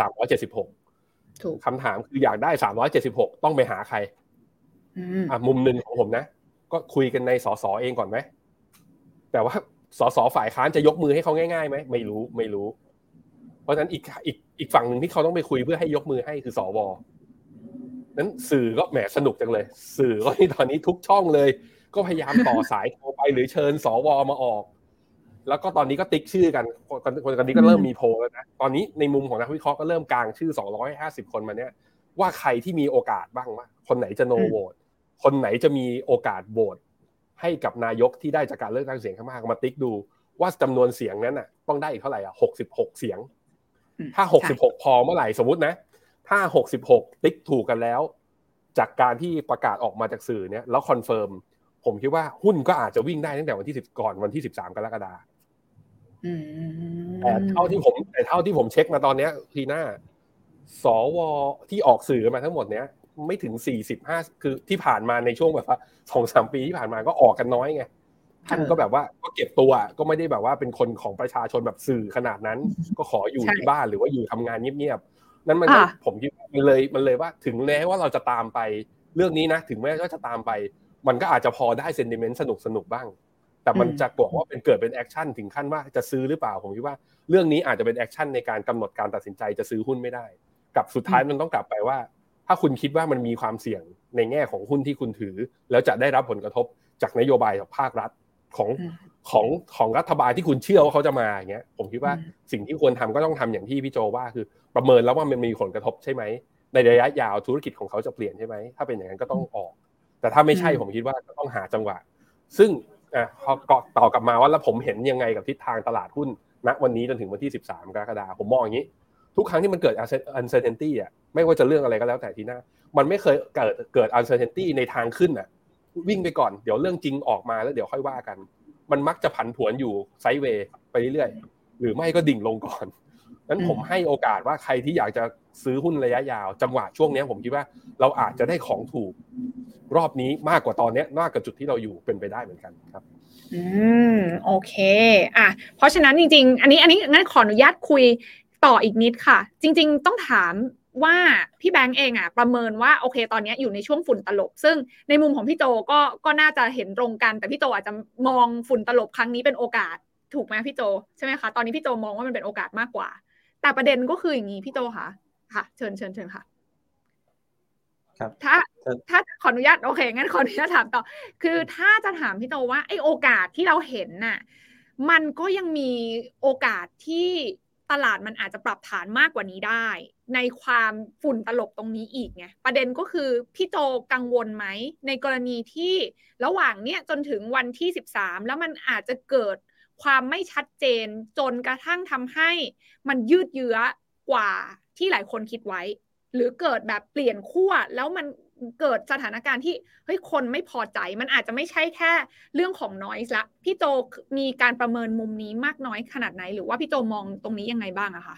376ถูกคำถามคืออยากได้376ต้องไปหาใครมุมนึงของผมนะก็คุยกันในสสเองก่อนไหมแต่ว่าสสฝ่ายค้านจะยกมือให้เขาง่ายๆไหมไม่รู้เพราะฉะนั้นอีกฝั่งนึงที่เขาต้องไปคุยเพื่อให้ยกมือให้คือสวนั้นสื่อก็แหมสนุกจังเลยสื่อก็ตอนนี้ทุกช่องเลยก็พยายามต่อสายโทรไปหรือเชิญสวมาออกแล้วก็ตอนนี้ก็ติ๊กชื่อกันคนนี้ก็เริ่มมีโพลแล้วนะตอนนี้ในมุมของนักวิเคราะห์ก็เริ่มกางชื่อ250คนมาเนี่ยว่าใครที่มีโอกาสบ้างว่าคนไหนจะโนโหวตคนไหนจะมีโอกาสโหวตให้กับนายกที่ได้จากการเลือกตั้งเสียงข้างมากมาติ๊กดูว่าจำนวนเสียงนั้นน่ะต้องได้อีกเท่าไหร่66เสียงถ้า66พอเมื่อไหร่สมมุตินะถ้า66ติ๊กถูกกันแล้วจากการที่ประกาศออกมาจากสื่อเนี่ยแล้วคอนเฟิร์มผมคิดว่าหุ้นก็อาจจะวิ่งได้ตั้งแต่วันที่10ก่อนวันที่13กรกฎาคมแต่เท่าที่ผมเช็คมาตอนนี้ทีหน้าสวที่ออกสื่อมาทั้งหมดเนี้ยไม่ถึง40-50คือที่ผ่านมาในช่วงแบบว่า 2-3 ปีที่ผ่านมาก็ออกกันน้อยไงท่านก็แบบว่าก็เก็บตัวก็ไม่ได้แบบว่าเป็นคนของประชาชนแบบสื่อขนาดนั้นก็ขออยู่ที่บ้านหรือว่าอยู่ทำงานเงียบๆนั้นมันผมคิดมันเลยว่าถึงแม้ว่าเราจะตามไปเรื่องนี้นะถึงแม้ว่าจะตามไปมันก็อาจจะพอได้เซนติเมนต์สนุกบ้างแต่มันจะบอกว่าเกิดเป็นแอคชั่นถึงขั้นว่าจะซื้อหรือเปล่าผมคิดว่าเรื่องนี้อาจจะเป็นแอคชั่นในการกำหนดการตัดสินใจจะซื้อหุ้นไม่ได้กับสุดท้ายมันต้องกลับไปว่าถ้าคุณคิดว่ามันมีความเสี่ยงในแง่ของหุ้นที่คุณถือแล้วจะได้รับผลกระทบจากนโยบายของภาครัฐของรัฐบาลที่คุณเชื่อว่าเขาจะมาอย่างเงี้ยผมคิดว่าสิ่งที่ควรทำก็ต้องทำอย่างที่พี่โจว่าคือประเมินแล้วว่ามันมีผลกระทบใช่ไหมในระยะยาวธุรกิจของเขาจะเปลี่ยนใช่ไหมถ้าเป็นอย่างนั้นก็ต้องออกแต่ถ้าไม่ใช่ผมคิดว่าก็ต้องหาจังหวะซึ่งพอต่อกลับมาว่าแล้วผมเห็นยังไงกับทิศทางตลาดหุ้นณวันนี้จนถึงวันที่13กรกฎาคมผมมองอย่างนี้ทุกครั้งที่มันเกิด uncertainty อ่ะไม่ว่าจะเรื่องอะไรก็แล้วแต่ทีหน้ามันไม่เคยเกิด uncertainty ในทางขึ้นอ่ะวิ่งไปก่อนเดี๋ยวเรื่องจริงออกมาแล้วเดี๋ยวค่อยว่ากันมันมักจะผันผวนอยู่ไซด์เวย์ไปเรื่อยๆหรือไม่ก็ดิ่งลงก่อนนั้นผมให้โอกาสว่าใครที่อยากจะซื้อหุ้นระยะยาวจังหวะช่วงนี้ผมคิดว่าเราอาจจะได้ของถูกรอบนี้มากกว่าตอนนี้มากกว่าจุดที่เราอยู่เป็นไปได้เหมือนกันครับโอเคเพราะฉะนั้นจริงๆอันนี้งั้นขออนุญาตคุยต่ออีกนิดค่ะจริงๆต้องถามว่าพี่แบงค์เองประเมินว่าโอเคตอนนี้อยู่ในช่วงฝุ่นตลบซึ่งในมุมของพี่โจก็น่าจะเห็นตรงกันแต่พี่โจอาจจะมองฝุ่นตลบครั้งนี้เป็นโอกาสถูกไหมพี่โจใช่ไหมคะตอนนี้พี่โจมองว่ามันเป็นโอกาสมากกว่าแต่ประเด็นก็คืออย่างนี้พี่โจค่ะเชิญค่ะครับถ้าขออนุญาตโอเคงั้นขออนุญาตถามต่อคือถ้าจะถามพี่โตว่าไอ้โอกาสที่เราเห็นน่ะมันก็ยังมีโอกาสที่ตลาดมันอาจจะปรับฐานมากกว่านี้ได้ในความฝุ่นตลบตรงนี้อีกไงประเด็นก็คือพี่โตกังวลไหมในกรณีที่ระหว่างเนี้ยจนถึงวันที่13แล้วมันอาจจะเกิดความไม่ชัดเจนจนกระทั่งทำให้มันยืดเยื้อกว่าที่หลายคนคิดไว้หรือเกิดแบบเปลี่ยนขั้วแล้วมันเกิดสถานการณ์ที่เฮ้ยคนไม่พอใจมันอาจจะไม่ใช่แค่เรื่องของ noise ละพี่โจมีการประเมินมุมนี้มากน้อยขนาดไหนหรือว่าพี่โจมองตรงนี้ยังไงบ้างอะคะ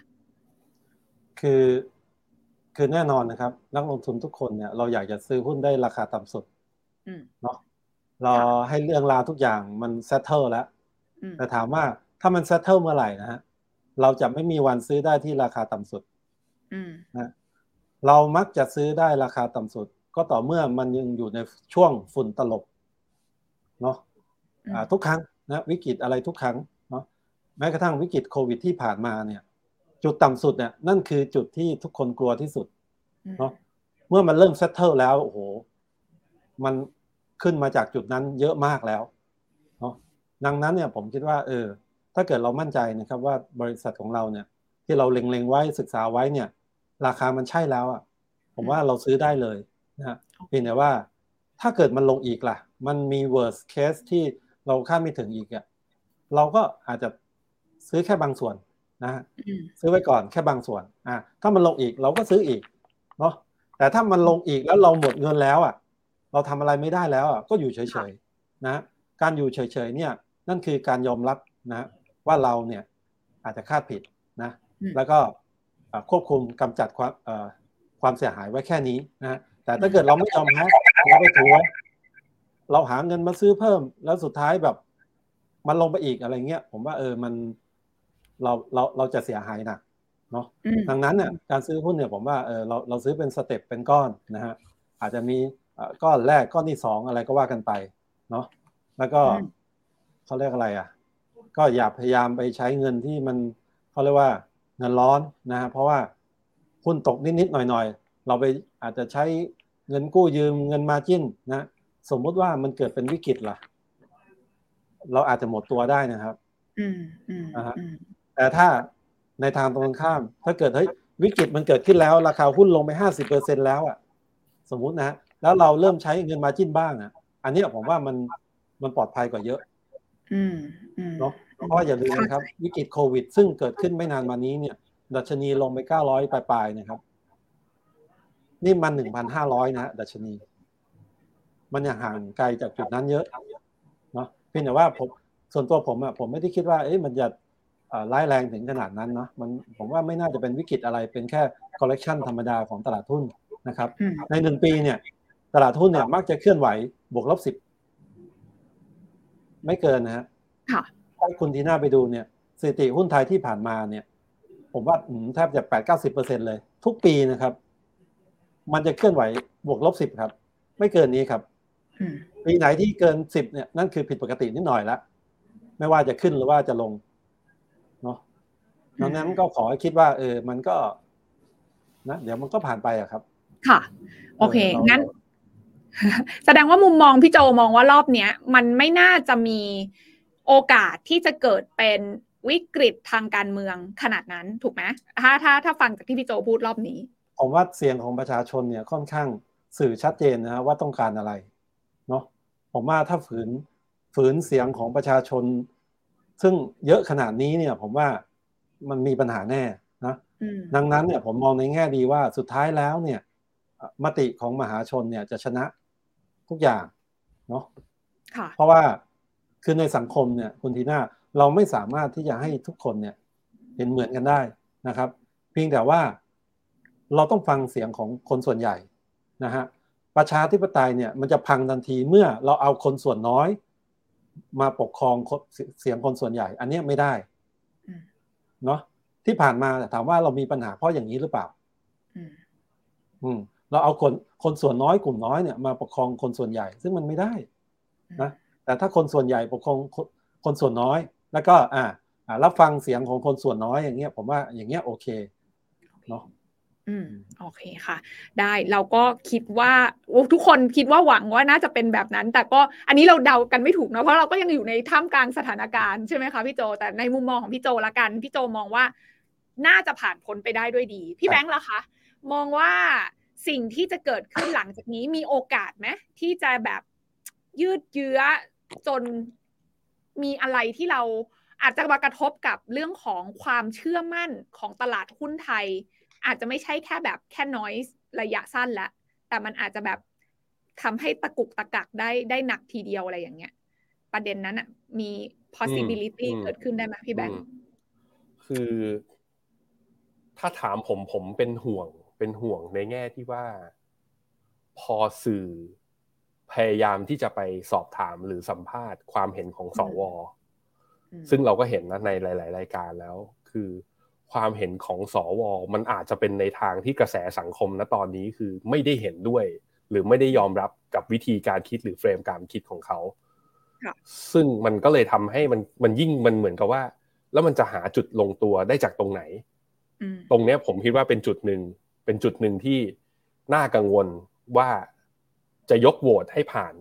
คือแน่นอนนะครับนักลงทุนทุกคนเนี่ยเราอยากจะซื้อหุ้นได้ราคาต่ำสุดเนาะเราให้เรื่องราวทุกอย่างมันเซตเทิลแล้วแต่ถามว่าถ้ามันเซตเทิลเมื่อไหร่นะฮะเราจะไม่มีวันซื้อได้ที่ราคาต่ำสุดนะเรามักจะซื้อได้ราคาต่ำสุดก็ต่อเมื่อมันยังอยู่ในช่วงฝุ่นตลบเนาะทุกครั้งนะวิกฤตอะไรทุกครั้งเนาะแม้กระทั่งวิกฤตโควิดที่ผ่านมาเนี่ยจุดต่ำสุดเนี่ยนั่นคือจุดที่ทุกคนกลัวที่สุดเนาะเมื่อมันเริ่มเซตเทิลแล้วโอ้โหมันขึ้นมาจากจุดนั้นเยอะมากแล้วเนาะดังนั้นเนี่ยผมคิดว่าถ้าเกิดเรามั่นใจนะครับว่าบริษัทของเราเนี่ยที่เราเล็งๆไว้ศึกษาไว้เนี่ยราคามันใช่แล้วอ่ะผมว่าเราซื้อได้เลยนะฮะเพียงแต่ว่าถ้าเกิดมันลงอีกล่ะมันมี worst case ที่เราคาดไม่ถึงอีกอ่ะเราก็อาจจะซื้อแค่บางส่วนนะฮะซื้อไว้ก่อนแค่บางส่วนถ้ามันลงอีกเราก็ซื้ออีกเนาะแต่ถ้ามันลงอีกแล้วเราหมดเงินแล้วอ่ะเราทำอะไรไม่ได้แล้วอ่ะก็อยู่เฉยๆนะการอยู่เฉยๆเนี่ยนั่นคือการยอมรับนะว่าเราเนี่ยอาจจะคาดผิดนะแล้วก็ควบคุมกำจัดความเสียหายไว้แค่นี้นะแต่ถ้าเกิดเราไม่ยอมแพ้เราไปถือไว้เราหาเงินมาซื้อเพิ่มแล้วสุดท้ายแบบมันลงไปอีกอะไรเงี้ยผมว่ามันเราจะเสียหายหนักเนาะดังนั้นเนี่ยการซื้อหุ้นเนี่ยผมว่าเราซื้อเป็นสเต็ปเป็นก้อนนะฮะอาจจะมีก้อนแรกก้อนที่2อะไรก็ว่ากันไปเนาะแล้วก็เขาเรียกอะไรก็อย่าพยายามไปใช้เงินที่มันเขาเรียกว่าเงินร้อนนะฮะเพราะว่าหุ้นตกนิดๆหน่อยๆเราไปอาจจะใช้เงินกู้ยืมเงินมาร์จิ้นนะสมมุติว่ามันเกิดเป็นวิกฤตล่ะเราอาจจะหมดตัวได้นะครับนะฮะแต่ถ้าในทางตรงกันข้ามถ้าเกิดวิกฤตมันเกิดขึ้นแล้วราคาหุ้นลงไป 50% แล้วสมมุตินะแล้วเราเริ่มใช้เงินมาร์จิ้นบ้างอันนี้ผมว่ามันปลอดภัยกว่าเยอะเนาะเพราะอย่าลืมนะครับวิกฤตโควิดซึ่งเกิดขึ้นไม่นานมานี้เนี่ยดัชนีลงไป900ปลายๆนะครับนี่มัน 1,500 นะดัชนีมันยังห่างไกลจากจุดนั้นเยอะเนาะเพียงแต่ว่าส่วนตัวผมไม่ได้คิดว่ามันจะร้ายแรงถึงขนาดนั้นเนาะผมว่าไม่น่าจะเป็นวิกฤตอะไรเป็นแค่ correction ธรรมดาของตลาดหุ้นนะครับใน1ปีเนี่ยตลาดหุ้นเนี่ยมักจะเคลื่อนไหวบวกลบ10ไม่เกินนะฮะถ้าคุณทีน่าไปดูเนี่ยสถิติหุ้นไทยที่ผ่านมาเนี่ยผมว่าแทบจะ 80-90% เลยทุกปีนะครับมันจะเคลื่อนไหวบวกลบ10ครับไม่เกินนี้ครับปีไหนที่เกิน10เนี่ยนั่นคือผิดปกตินิดหน่อยละไม่ว่าจะขึ้นหรือว่าจะลงเนาะดังนั้นก็ขอให้คิดว่ามันก็นะเดี๋ยวมันก็ผ่านไปครับค่ะโอเคงั้นแสดงว่ามุมมองพี่โจมองว่ารอบเนี้ยมันไม่น่าจะมีโอกาสที่จะเกิดเป็นวิกฤตทางการเมืองขนาดนั้นถูกไหมถ้าฟังจากที่พี่โจพูดรอบนี้ผมว่าเสียงของประชาชนเนี่ยค่อนข้างสื่อชัดเจนนะว่าต้องการอะไรเนาะผมว่าถ้าฝืนเสียงของประชาชนซึ่งเยอะขนาดนี้เนี่ยผมว่ามันมีปัญหาแน่นะดังนั้นเนี่ยผมมองในแง่ดีว่าสุดท้ายแล้วเนี่ยมติของมหาชนเนี่ยจะชนะทุกอย่างเนาะเพราะว่าคือในสังคมเนี่ยคุณทีน่าเราไม่สามารถที่จะให้ทุกคนเนี่ยเห็นเหมือนกันได้นะครับเพียงแต่ว่าเราต้องฟังเสียงของคนส่วนใหญ่นะฮะประชาธิปไตยเนี่ยมันจะพังทันทีเมื่อเราเอาคนส่วนน้อยมาปกครองเสียงคนส่วนใหญ่อันนี้ไม่ได้เนาะที่ผ่านมาถามว่าเรามีปัญหาเพราะอย่างนี้หรือเปล่าเราเอาคนส่วนน้อยกลุ่มน้อยเนี่ยมาปกครองคนส่วนใหญ่ซึ่งมันไม่ได้นะแต่ถ้าคนส่วนใหญ่ปกครองคนส่วนน้อยแล้วก็รับฟังเสียงของคนส่วนน้อยอย่างเงี้ยผมว่าอย่างเงี้ยโอเคเนาะโอเคค่ะได้เราก็คิดว่าทุกคนคิดว่าหวังว่าน่าจะเป็นแบบนั้นแต่ก็อันนี้เราเดากันไม่ถูกนะเพราะเราก็ยังอยู่ในท่ามกลางสถานการณ์ใช่ไหมคะพี่โจแต่ในมุมมองของพี่โจละกันพี่โจมองว่าน่าจะผ่านพ้นไปได้ด้วยดีพี่แบงค์ล่ะคะมองว่าสิ่งที่จะเกิดขึ้นหลังจากนี้มีโอกาสไหมที่จะแบบยืดเยื้อจนมีอะไรที่เราอาจจะมากระทบกับเรื่องของความเชื่อมั่นของตลาดหุ้นไทยอาจจะไม่ใช่แค่แบบแค่ noise ระยะสั้นแล้วแต่มันอาจจะแบบทำให้ตะกุกตะกักได้หนักทีเดียวอะไรอย่างเงี้ยประเด็นนั้นมี possibility เกิดขึ้นได้ไหมพี่แบงค์คือถ้าถามผมเป็นห่วงในแง่ที่ว่าพอสื่อพยายามที่จะไปสอบถามหรือสัมภาษณ์ความเห็นของสวซึ่งเราก็เห็นนะในหลายๆรายการแล้วคือความเห็นของสวมันอาจจะเป็นในทางที่กระแสสังคมณตอนนี้คือไม่ได้เห็นด้วยหรือไม่ได้ยอมรับกับวิธีการคิดหรือเฟรมการคิดของเขาซึ่งมันก็เลยทำให้มันยิ่งมันเหมือนกับว่าแล้วมันจะหาจุดลงตัวได้จากตรงไหนตรงเนี้ยผมคิดว่าเป็นจุดหนึ่งที่น่ากังวลว่าจะยกโหวตให้ผ่าน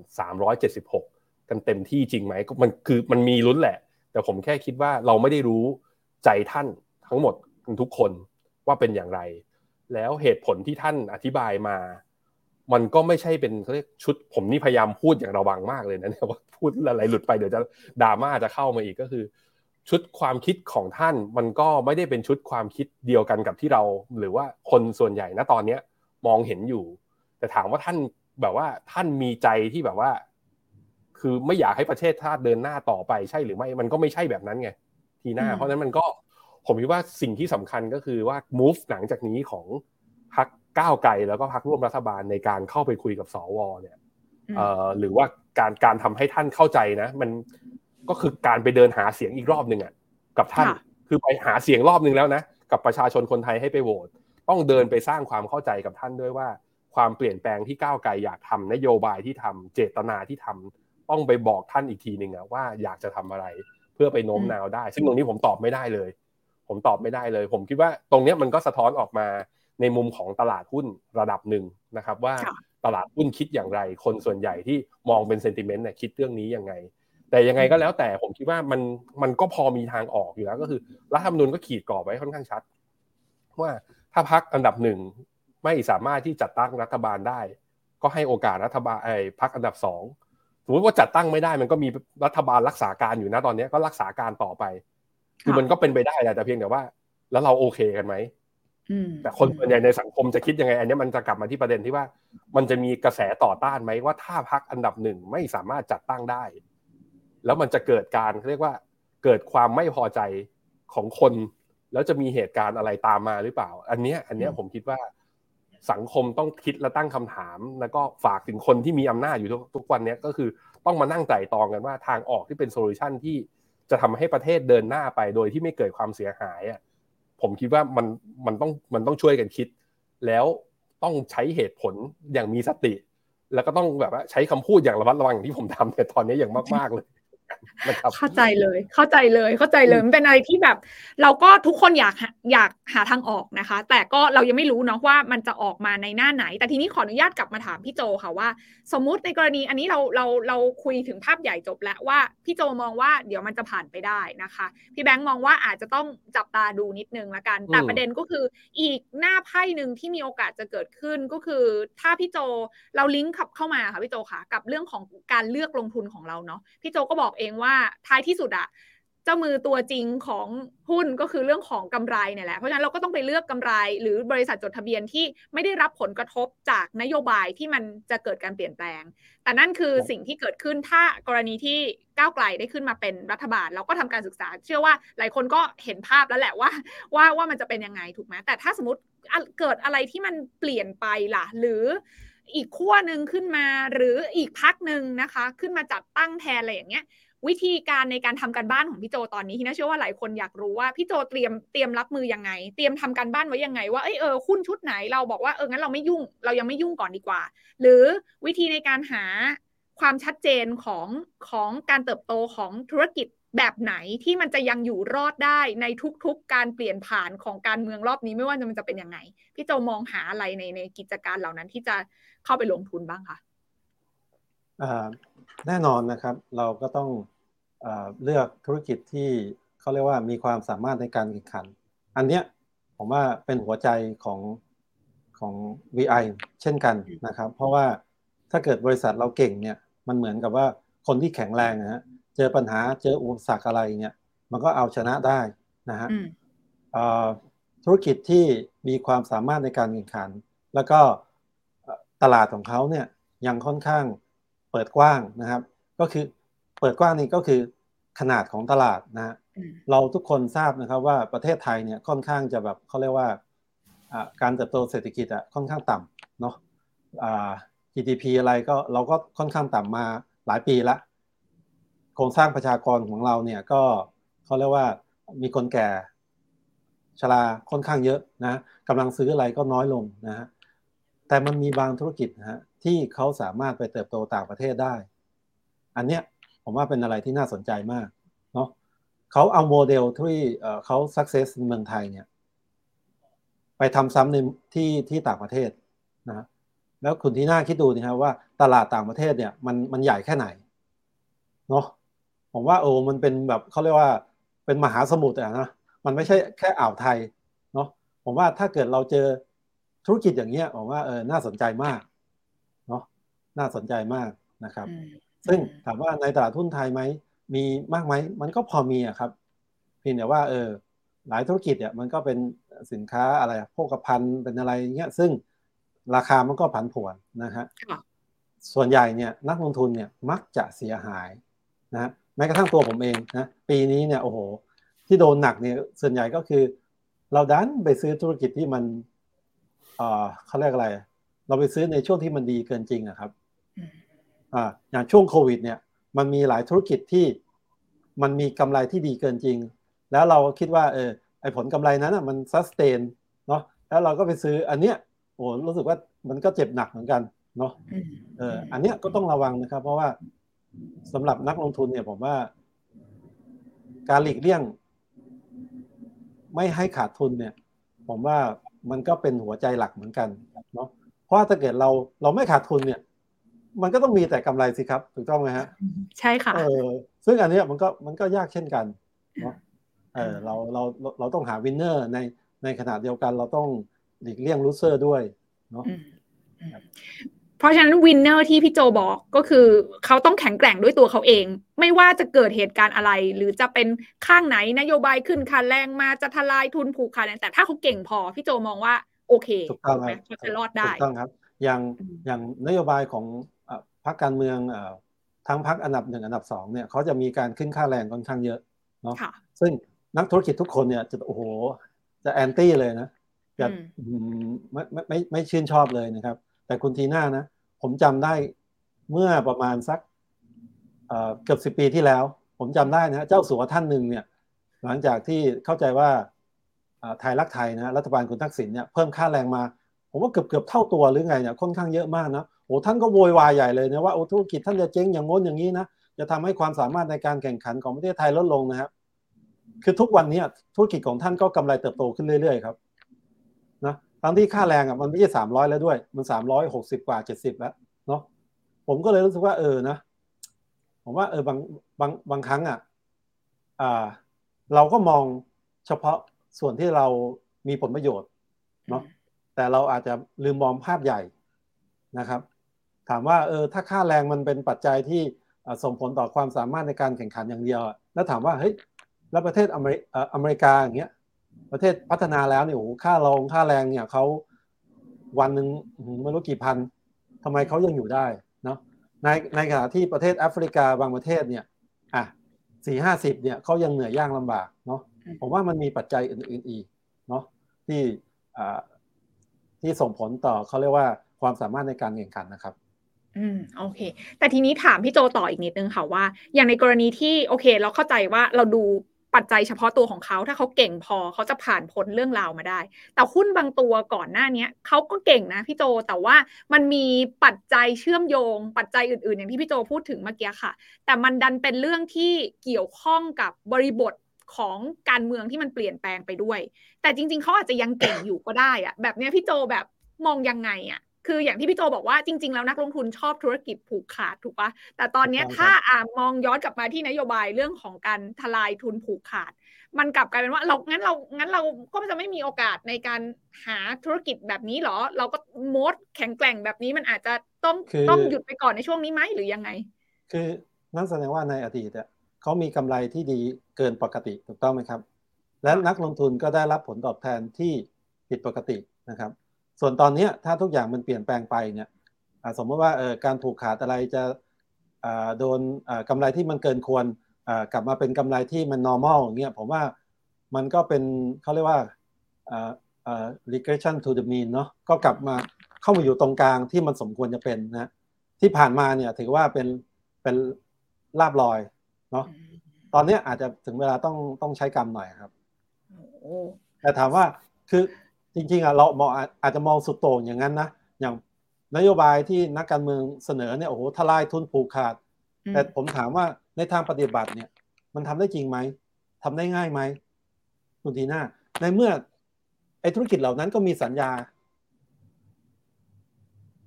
376กันเต็มที่จริงไหมก็มันมีลุ้นแหละแต่ผมแค่คิดว่าเราไม่ได้รู้ใจท่านทั้งหมดทุกคนว่าเป็นอย่างไรแล้วเหตุผลที่ท่านอธิบายมามันก็ไม่ใช่เป็นเขาเรียกชุดผมนี่พยายามพูดอย่างระวังมากเลยนะว่าพูดอะไรหลุดไปเดี๋ยวจะดราม่าจะเข้ามาอีกก็คือชุดความคิดของท่านมันก็ไม่ได้เป็นชุดความคิดเดียวกันกับที่เราหรือว่าคนส่วนใหญ่ณตอนนี้มองเห็นอยู่แต่ถามว่าท่านแบบว่าท่านมีใจที่แบบว่าคือไม่อยากให้ประเทศชาติเดินหน้าต่อไปใช่หรือไม่มันก็ไม่ใช่แบบนั้นไงทีหน้าเพราะนั้นมันก็ผมคิดว่าสิ่งที่สำคัญก็คือว่า move หลังจากนี้ของพรรคก้าวไกลแล้วก็พรรคร่วมรัฐบาลในการเข้าไปคุยกับสวเนี่ยหรือว่าการทำให้ท่านเข้าใจนะมันก็คือการไปเดินหาเสียงอีกรอบนึงอ่ะกับท่านคือไปหาเสียงรอบนึงแล้วนะกับประชาชนคนไทยให้ไปโหวตต้องเดินไปสร้างความเข้าใจกับท่านด้วยว่าความเปลี่ยนแปลงที่ก้าวไกลอยากทำนโยบายที่ทำเจตนาที่ทำต้องไปบอกท่านอีกทีนึงว่าอยากจะทำอะไรเพื่อไปโน้มน้าวได้ซึ่งตรงนี้ผมตอบไม่ได้เลยผมคิดว่าตรงนี้มันก็สะท้อนออกมาในมุมของตลาดหุ้นระดับหนึ่งนะครับว่าตลาดหุ้นคิดอย่างไรคนส่วนใหญ่ที่มองเป็นเซนติเมนต์เนี่ยคิดเรื่องนี้ยังไงแต่ยังไงก็แล้วแต่ผมคิดว่ามันก็พอมีทางออกอยู่แล้วก็คือรัฐธรรมนูญก็ขีดกรอบไว้ค่อนข้างชัดว่าถ้าพรรคอันดับหนึ่งไม่สามารถที่จัดตั้งรัฐบาลได้ก็ให้โอกาสรัฐบาลพรรคอันดับ2สมมติว่าจัดตั้งไม่ได้มันก็มีรัฐบาลรักษาการอยู่นะตอนนี้ก็รักษาการต่อไปคือมันก็เป็นไปได้แหละแต่เพียงแต่ว่าแล้วเราโอเคกันไหมแต่คนส่วนใหญ่ในสังคมจะคิดยังไงอันนี้มันจะกลับมาที่ประเด็นที่ว่ามันจะมีกระแสต่อต้านไหมว่าถ้าพรรคอันดับหนึ่งไม่สามารถจัดตั้งได้แล้วมันจะเกิดการเรียกว่าเกิดความไม่พอใจของคนแล้วจะมีเหตุการณ์อะไรตามมาหรือเปล่าอันเนี้ยผมคิดว่าสังคมต้องคิดและตั้งคำถามแล้วก็ฝากถึงคนที่มีอำนาจอยู่ทุกวันนี้ก็คือต้องมานั่งไตร่ตรองกันว่าทางออกที่เป็นโซลูชันที่จะทำให้ประเทศเดินหน้าไปโดยที่ไม่เกิดความเสียหายผมคิดว่ามันต้องช่วยกันคิดแล้วต้องใช้เหตุผลอย่างมีสติแล้วก็ต้องแบบว่าใช้คำพูดอย่างระมัดระวังอย่างที่ผมทำเนี่ยตอนนี้อย่างมากๆเลยนะครับเข้าใจเลยมันเป็นอะไรที่แบบเราก็ทุกคนอยากหาทางออกนะคะแต่ก็เรายังไม่รู้เนาะว่ามันจะออกมาในหน้าไหนแต่ทีนี้ขออนุญาตกลับมาถามพี่โจค่ะว่าสมมุติในกรณีอันนี้เราคุยถึงภาพใหญ่จบแล้วว่าพี่โจมองว่าเดี๋ยวมันจะผ่านไปได้นะคะพี่แบงค์มองว่าอาจจะต้องจับตาดูนิดนึงละกันแต่ประเด็นก็คืออีกหน้าไพ่นึงที่มีโอกาสจะเกิดขึ้นก็คือถ้าพี่โจเราลิงก์เข้ามาค่ะพี่โจค่ะกับเรื่องของการเลือกลงทุนของเราเนาะพี่โจก็บอกเองว่าท้ายที่สุดเจ้ามือตัวจริงของหุ้นก็คือเรื่องของกำไรเนี่ยแหละเพราะฉะนั้นเราก็ต้องไปเลือกกำไรหรือบริษัทจดทะเบียนที่ไม่ได้รับผลกระทบจากนโยบายที่มันจะเกิดการเปลี่ยนแปลงแต่นั่นคือสิ่งที่เกิดขึ้นถ้ากรณีที่ก้าวไกลได้ขึ้นมาเป็นรัฐบาลเราก็ทำการศึกษาเชื่อว่าหลายคนก็เห็นภาพแล้วแหละว่ามันจะเป็นยังไงถูกไหมแต่ถ้าสมมติเกิดอะไรที่มันเปลี่ยนไปล่ะหรืออีกขั้วนึงขึ้นมาหรืออีกพรรคนึงนะคะขึ้นมาจัดตั้งแทนอะไรอย่างเงี้ยวิธีการในการทำการบ้านของพี่โจตอนนี้ที่น่าเชื่อว่าหลายคนอยากรู้ว่าพี่โจเตรียมรับมือยังไงเตรียมทำการบ้านไว้ยังไงว่าหุ้นชุดไหนเราบอกว่างั้นเราไม่ยุ่งเรายังไม่ยุ่งก่อนดีกว่าหรือวิธีในการหาความชัดเจนของการเติบโตของธุรกิจแบบไหนที่มันจะยังอยู่รอดได้ในทุกๆการเปลี่ยนผ่านของการเมืองรอบนี้ไม่ว่ามันจะเป็นยังไงพี่โจมองหาอะไรในกิจการเหล่านั้นที่จะเข้าไปลงทุนบ้างคะแน่นอนนะครับเราก็ต้องเลือกธุรกิจที่เขาเรียกว่ามีความสามารถในการแข่งขันอันเนี้ยผมว่าเป็นหัวใจของ VI เช่นกันนะครับเพราะว่าถ้าเกิดบริษัทเราเก่งเนี่ยมันเหมือนกับว่าคนที่แข็งแรงนะฮะเจอปัญหาเจออุปสรรคอะไรเนี่ยมันก็เอาชนะได้นะฮะธุรกิจที่มีความสามารถในการแข่งขันแล้วก็ตลาดของเขาเนี่ยยังค่อนข้างเปิดกว้างนะครับก็คือเปิดกว้างนี่ก็คือขนาดของตลาดนะฮะเราทุกคนทราบนะครับว่าประเทศไทยเนี่ยค่อนข้างจะแบบเขาเรียกว่าการเติบโตเศรษฐกิจค่อนข้างต่ำเนาะGDP อะไรก็เราก็ค่อนข้างต่ำมาหลายปีละโครงสร้างประชากรของเราเนี่ยก็เขาเรียกว่ามีคนแก่ชราค่อนข้างเยอะนะกำลังซื้ออะไรก็น้อยลงนะฮะแต่มันมีบางธุรกิจนะฮะที่เขาสามารถไปเติบโตต่างประเทศได้อันเนี้ยผมว่าเป็นอะไรที่น่าสนใจมากเนาะเขาเอาโมเดลที่เขา success ในเมืองไทยเนี่ยไปทำซ้ำในที่ต่างประเทศนะแล้วคุณทีน่าคิดดูนะครับว่าตลาดต่างประเทศเนี่ยมันใหญ่แค่ไหนเนาะผมว่ามันเป็นแบบเขาเรียกว่าเป็นมหาสมุทรอะนะมันไม่ใช่แค่อ่าวไทยเนาะผมว่าถ้าเกิดเราเจอธุรกิจอย่างเงี้ยผมว่าน่าสนใจมากเนาะน่าสนใจมากนะครับซึ่งถามว่าในตลาดหุ้นไทยไหมมีมากไหมมันก็พอมีอะครับเพียงแต่ว่าหลายธุรกิจเนี่ยมันก็เป็นสินค้าอะไรโภคภัณฑ์เป็นอะไรเงี้ยซึ่งราคามันก็ผันผวนนะฮะส่วนใหญ่เนี่ยนักลงทุนเนี่ยมักจะเสียหายนะแม้กระทั่งตัวผมเองนะปีนี้เนี่ยโอ้โหที่โดนหนักเนี่ยส่วนใหญ่ก็คือเราดันไปซื้อธุรกิจที่มันเขาเรียกอะไรเราไปซื้อในช่วงที่มันดีเกินจริงอะครับอย่างช่วงโควิดเนี่ยมันมีหลายธุรกิจที่มันมีกำไรที่ดีเกินจริงแล้วเราคิดว่าไอ้ผลกำไรนั้นมันซัสเตนเนาะแล้วเราก็ไปซื้ออันเนี้ยโอ้รู้สึกว่ามันก็เจ็บหนักเหมือนกันเนาะอันเนี้ยก็ต้องระวังนะครับเพราะว่าสำหรับนักลงทุนเนี่ยผมว่าการหลีกเลี่ยงไม่ให้ขาดทุนเนี่ยผมว่ามันก็เป็นหัวใจหลักเหมือนกันเนาะเพราะถ้าเกิดเราไม่ขาดทุนเนี่ยมันก็ต้องมีแต่กำไรสิครับถูกต้องไหมฮะใช่ค่ะซึ่งอันนี้มันก็ยากเช่นกันเนาะเราต้องหาวินเนอร์ในขณะเดียวกันเราต้องหลีกเลี่ยงลูเซอร์ด้วยเนาะเพราะฉะนั้นวินเนอร์ที่พี่โจบอกก็คือเขาต้องแข็งแกร่งด้วยตัวเขาเองไม่ว่าจะเกิดเหตุการณ์อะไรหรือจะเป็นข้างไหนนโยบายขึ้นค่าแรงมาจะทลายทุนผูกขาดแต่ถ้าเขาเก่งพอพี่โจมองว่าโอเคถูกต้องครับเขาจะรอดได้ถูกต้องครับอย่างนโยบายของพรรคการเมืองทั้งพรรคอันดับ1อันดับ2เนี่ยเขาจะมีการขึ้นค่าแรงค่อนข้างเยอะเนาะซึ่งนักธุรกิจทุกคนเนี่ยจะโอ้โหจะแอนตี้เลยนะจะไม่ชื่นชอบเลยนะครับแต่คุณทีน่านะผมจำได้เมื่อประมาณสักเกือบ10 ปีที่แล้วผมจำได้นะเจ้าสัวท่านหนึ่งเนี่ยหลังจากที่เข้าใจว่าไทยรักไทยนะรัฐบาลคุณทักษิณเนี่ยเพิ่มค่าแรงมาผมว่าเกือบเท่าตัวหรือไงเนี่ยค่อนข้างเยอะมากนะโอ้ท่านก็โวยวายใหญ่เลยนะว่าธุรกิจท่านจะเจ๊งอย่างโน้นอย่างนี้นะจะทำให้ความสามารถในการแข่งขันของประเทศไทยลดลงนะครับคือทุกวันนี้ธุรกิจของท่านก็กำไรเติบโตขึ้นเรื่อยๆครับนะทั้งที่ค่าแรงมันไม่ใช่300แล้วด้วยมัน360กว่า70แล้วเนาะผมก็เลยรู้สึกว่านะผมว่าบางครั้งเราก็มองเฉพาะส่วนที่เรามีผลประโยชน์เนาะแต่เราอาจจะลืมมองภาพใหญ่นะครับถามว่าถ้าค่าแรงมันเป็นปัจจัยที่ส่งผลต่อความสามารถในการแข่งขันอย่างเดียวแล้วถามว่าเฮ้ยแล้วประเทศอเมริกาอย่างเงี้ยประเทศพัฒนาแล้วเนี่ยโอ้โหค่าแรงเนี่ยเขาวันหนึ่งไม่รู้กี่พันทำไมเขายังอยู่ได้เนาะในขณะที่ประเทศแอฟริกาบางประเทศเนี่ย40-50เนี่ยเขายังเหนื่อยยากลำบากเนาะผมว่ามันมีปัจจัยอื่นๆอีกเนาะที่ส่งผลต่อเขาเรียกว่าความสามารถในการแข่งขันนะครับโอเคแต่ทีนี้ถามพี่โจต่ออีกนิดนึงค่ะว่าอย่างในกรณีที่โอเคเราเข้าใจว่าเราดูปัจจัยเฉพาะตัวของเขาถ้าเขาเก่งพอเขาจะผ่านพ้นเรื่องราวมาได้แต่หุ้นบางตัวก่อนหน้านี้เขาก็เก่งนะพี่โจแต่ว่ามันมีปัจจัยเชื่อมโยงปัจจัยอื่นๆอย่างที่พี่โจพูดถึงเมื่อกี้ค่ะแต่มันดันเป็นเรื่องที่เกี่ยวข้องกับบริบทของการเมืองที่มันเปลี่ยนแปลงไปด้วยแต่จริงๆเขาอาจจะยังเก่งอยู่ก็ได้อะแบบนี้พี่โจแบบมองยังไงอะคืออย่างที่พี่โจบอกว่าจริงๆแล้วนักลงทุนชอบธุรกิจผูกขาดถูกปะแต่ตอนนี้ถ้ามองย้อนกลับมาที่นโยบายเรื่องของการทลายทุนผูกขาดมันกลับกลายเป็นว่างั้นเราก็จะไม่มีโอกาสในการหาธุรกิจแบบนี้หรอเราก็โมดแข็งแกร่งแบบนี้มันอาจจะต้องหยุดไปก่อนในช่วงนี้ไหมหรือยังไงคือนั่นแสดงว่าในอดีตเขามีกำไรที่ดีเกินปกติถูกต้องไหมครับและนักลงทุนก็ได้รับผลตอบแทนที่ผิดปกตินะครับส่วนตอนนี้ถ้าทุกอย่างมันเปลี่ยนแปลงไปเนี่ยสมมติว่าการผูกขาดอะไรจะโดนกำไรที่มันเกินควรกลับมาเป็นกำไรที่มัน normal อย่างเงี้ยผมว่ามันก็เป็นเขาเรียกว่า regression to the mean เนาะก็กลับมาเข้ามาอยู่ตรงกลางที่มันสมควรจะเป็นนะที่ผ่านมาเนี่ยถือว่าเป็นลาภลอยเนาะตอนนี้อาจจะถึงเวลาต้องใช้กรรมหน่อยครับแต่ถามว่าคือจริงๆเราอาจจะมองสุดโต่งอย่างนั้นนะอย่างนโยบายที่นักการเมืองเสนอเนี่ยโอ้โหทลายทุนผูกขาดแต่ผมถามว่าในทางปฏิบัติเนี่ยมันทำได้จริงไหมทำได้ง่ายไหมคุณทีน่าในเมื่อไอ้ธุรกิจเหล่านั้นก็มีสัญญา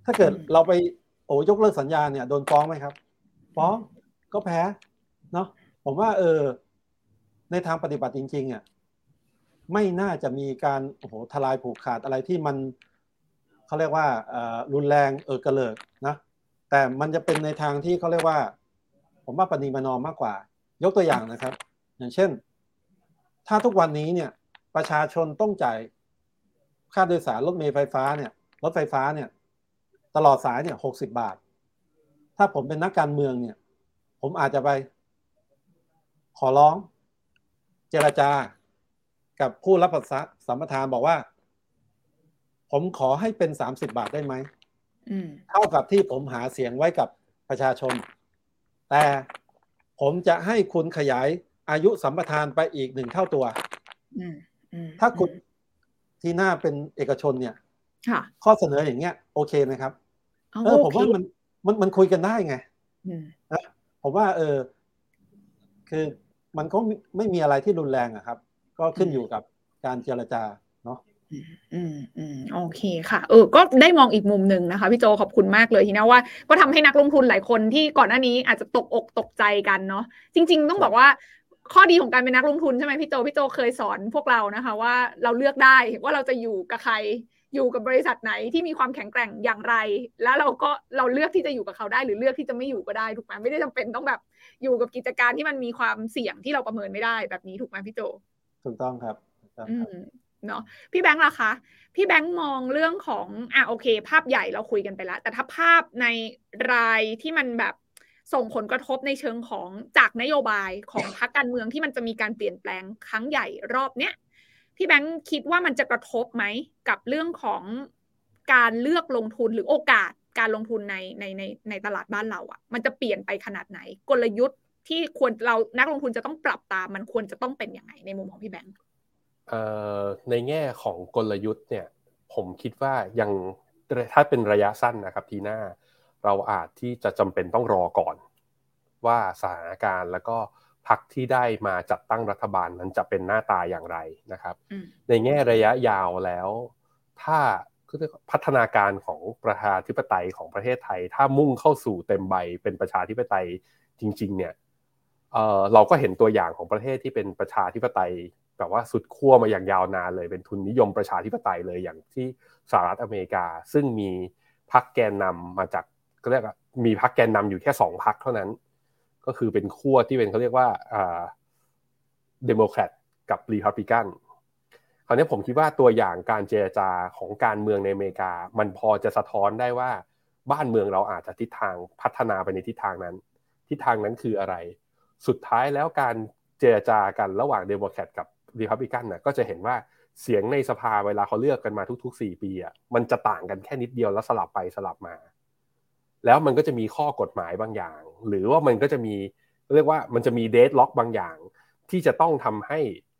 ถ้าเกิดเราไปยกเลิกสัญญาเนี่ยโดนฟ้องไหมครับฟ้องก็แพ้เนาะผมว่าในทางปฏิบัติจริงๆอ่ะไม่น่าจะมีการทลายผูกขาดอะไรที่มันเขาเรียกว่ารุนแรงกระเลิกนะแต่มันจะเป็นในทางที่เขาเรียกว่าผมว่าประนีประนอมมากกว่ายกตัวอย่างนะครับอย่างเช่นถ้าทุกวันนี้เนี่ยประชาชนต้องจ่ายค่าโดยสารรถเมล์ไฟฟ้าเนี่ยรถไฟฟ้าเนี่ยตลอดสายเนี่ย60 บาทถ้าผมเป็นนักการเมืองเนี่ยผมอาจจะไปขอร้องเจรจากับผู้รับสัมปทานบอกว่าผมขอให้เป็น30 บาทได้ไหมเท่ากับที่ผมหาเสียงไว้กับประชาชนแต่ผมจะให้คุณขยายอายุสัมปทานไปอีก1 เท่าตัวถ้าคุณที่หน้าเป็นเอกชนเนี่ยข้อเสนออย่างเงี้ยโอเคไหมครับผมว่ามันคุยกันได้ไงผมว่าคือมันก็ไม่มีอะไรที่รุนแรงอะครับก็ขึ้นอยู่กับการเจรจาเนาะโอเคค่ะก็ได้มองอีกมุมหนึ่งนะคะพี่โจขอบคุณมากเลยทีนี้ว่าก็ทำให้นักลงทุนหลายคนที่ก่อนหน้านี้อาจจะตกอกตกใจกันเนาะจริงๆต้องบอกว่าข้อดีของการเป็นนักลงทุนใช่ไหมพี่โจเคยสอนพวกเรานะคะว่าเราเลือกได้ว่าเราจะอยู่กับใครอยู่กับบริษัทไหนที่มีความแข็งแกร่งอย่างไรแล้วเราเลือกที่จะอยู่กับเขาได้หรือเลือกที่จะไม่อยู่ก็ได้ถูกไหมไม่ได้จำเป็นต้องแบบอยู่กับกิจการที่มันมีความเสี่ยงที่เราประเมินไม่ได้แบบนี้ถูกไหมพี่โจถูกต้องครับเนาะพี่แบงค์ล่ะคะพี่แบงค์มองเรื่องของโอเคภาพใหญ่เราคุยกันไปแล้วแต่ถ้าภาพในรายที่มันแบบส่งผลกระทบในเชิงของจากนโยบายของพรรคการเมืองที่มันจะมีการเปลี่ยนแปลงครั้งใหญ่รอบเนี้ยพี่แบงค์คิดว่ามันจะกระทบไหมกับเรื่องของการเลือกลงทุนหรือโอกาสการลงทุนในตลาดบ้านเราอ่ะมันจะเปลี่ยนไปขนาดไหนกลยุทธ์ที่นักลงทุนจะต้องปรับตามมันควรจะต้องเป็นยังไงในมุมของพี่แบงค์ในแง่ของกลยุทธ์เนี่ยผมคิดว่ายังถ้าเป็นระยะสั้นนะครับทีหน้าเราอาจที่จะจำเป็นต้องรอก่อนว่าสถานการณ์แล้วก็พรรคที่ได้มาจัดตั้งรัฐบาลนั้นจะเป็นหน้าตาอย่างไรนะครับในแง่ระยะยาวแล้วถ้าพัฒนาการของประชาธิปไตยของประเทศไทยถ้ามุ่งเข้าสู่เต็มใบเป็นประชาธิปไตยจริงๆเนี่ยเราก็เห็นตัวอย่างของประเทศที่เป็นประชาธิปไตยแบบว่าสุดขั้วมาอย่างยาวนานเลยเป็นทุนนิยมประชาธิปไตยเลยอย่างที่สหรัฐอเมริกาซึ่งมีพรรคแกนนำมาจากก็เรียกว่ามีพรรคแกนนำอยู่แค่2 พรรคเท่านั้นก็คือเป็นขั้วที่เป็นเขาเรียกว่าเดโมแครตกับรีพับลิกันคราวนี้ผมคิดว่าตัวอย่างการเจรจาของการเมืองในอเมริกามันพอจะสะท้อนได้ว่าบ้านเมืองเราอาจจะทิศทางพัฒนาไปในทิศทางนั้นคืออะไรสุดท้ายแล้วการเจรจากันระหว่างเดโมแครตกับรีพับลิกันน่ะก็จะเห็นว่าเสียงในสภาเวลาเขาเลือกกันมาทุกๆ4 ปีอ่ะมันจะต่างกันแค่นิดเดียวแล้วสลับไปสลับมาแล้วมันก็จะมีข้อกฎหมายบางอย่างหรือว่ามันก็จะมีเรียกว่ามันจะมีเดดล็อกบางอย่างที่จะต้องทำให้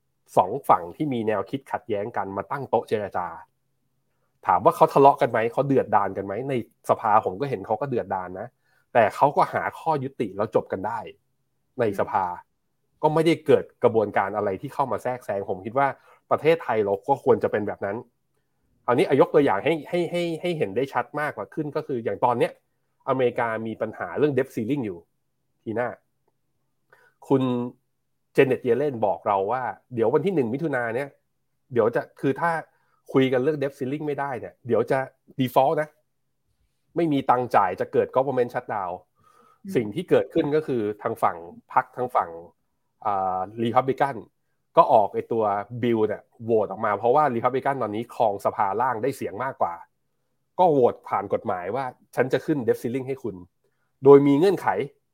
2 ฝั่งที่มีแนวคิดขัดแย้งกันมาตั้งโต๊ะเจรจาถามว่าเขาทะเลาะกันไหมเขาเดือดดาลกันไหมในสภาผมก็เห็นเขาก็เดือดดาลนะแต่เขาก็หาข้อยุติแล้วจบกันได้ในสภาก็ไม่ได้เกิดกระบวนการอะไรที่เข้ามาแทรกแซงผมคิดว่าประเทศไทยเราก็ควรจะเป็นแบบนั้นเอานี้ยกตัวอย่างให้เห็นได้ชัดมากกว่าขึ้นก็คืออย่างตอนเนี้ยอเมริกามีปัญหาเรื่อง debt ceiling อยู่ทีหน้าคุณเจเน็ตเยเลนบอกเราว่าเดี๋ยววันที่1 มิถุนายนเนี่ยเดี๋ยวจะคือถ้าคุยกันเรื่อง debt ceiling ไม่ได้เนี่ยเดี๋ยวจะ default นะไม่มีตังค์จ่ายจะเกิด government shutdown สิ่งที่เกิดขึ้นก็คือทางฝั่งพรรคทางฝั่งRepublican ก็ออกไอตัวบิลเนี่ยโหวตออกมาเพราะว่า Republican ตอนนี้ครองสภาล่างได้เสียงมากกว่าก็โหวตผ่านกฎหมายว่าฉันจะขึ้น debt ceiling ให้คุณโดยมีเงื่อนไข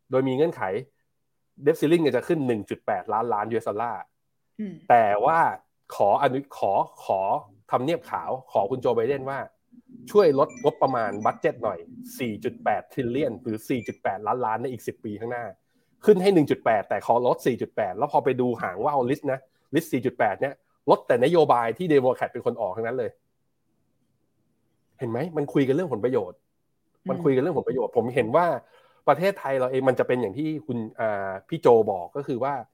debt ceiling จะขึ้น 1.8 ล้านUSดอลลาร์แต่ว่าขอทำเนียบขาวขอคุณโจไบเดนว่าช่วยลดงบประมาณบัดเจ็ตหน่อย 4.8 trillion หรือ 4.8 ล้านในอีก10 ปีข้างหน้าขึ้นให้ 1.8 แต่ขอลด 4.8 แล้วพอไปดูหางว่าเอาลิสต์ 4.8 เนี่ยลดแต่นโยบายที่เดโมแครตเป็นคนออกทั้งนั้นเลยเห็นไหมมันคุยกันเรื่องผลประโยชน์ผมเห็นว่าประเทศไทยเราเองมันจะเป็นอย่างที่คุณพี่โจบอกก็คือว่า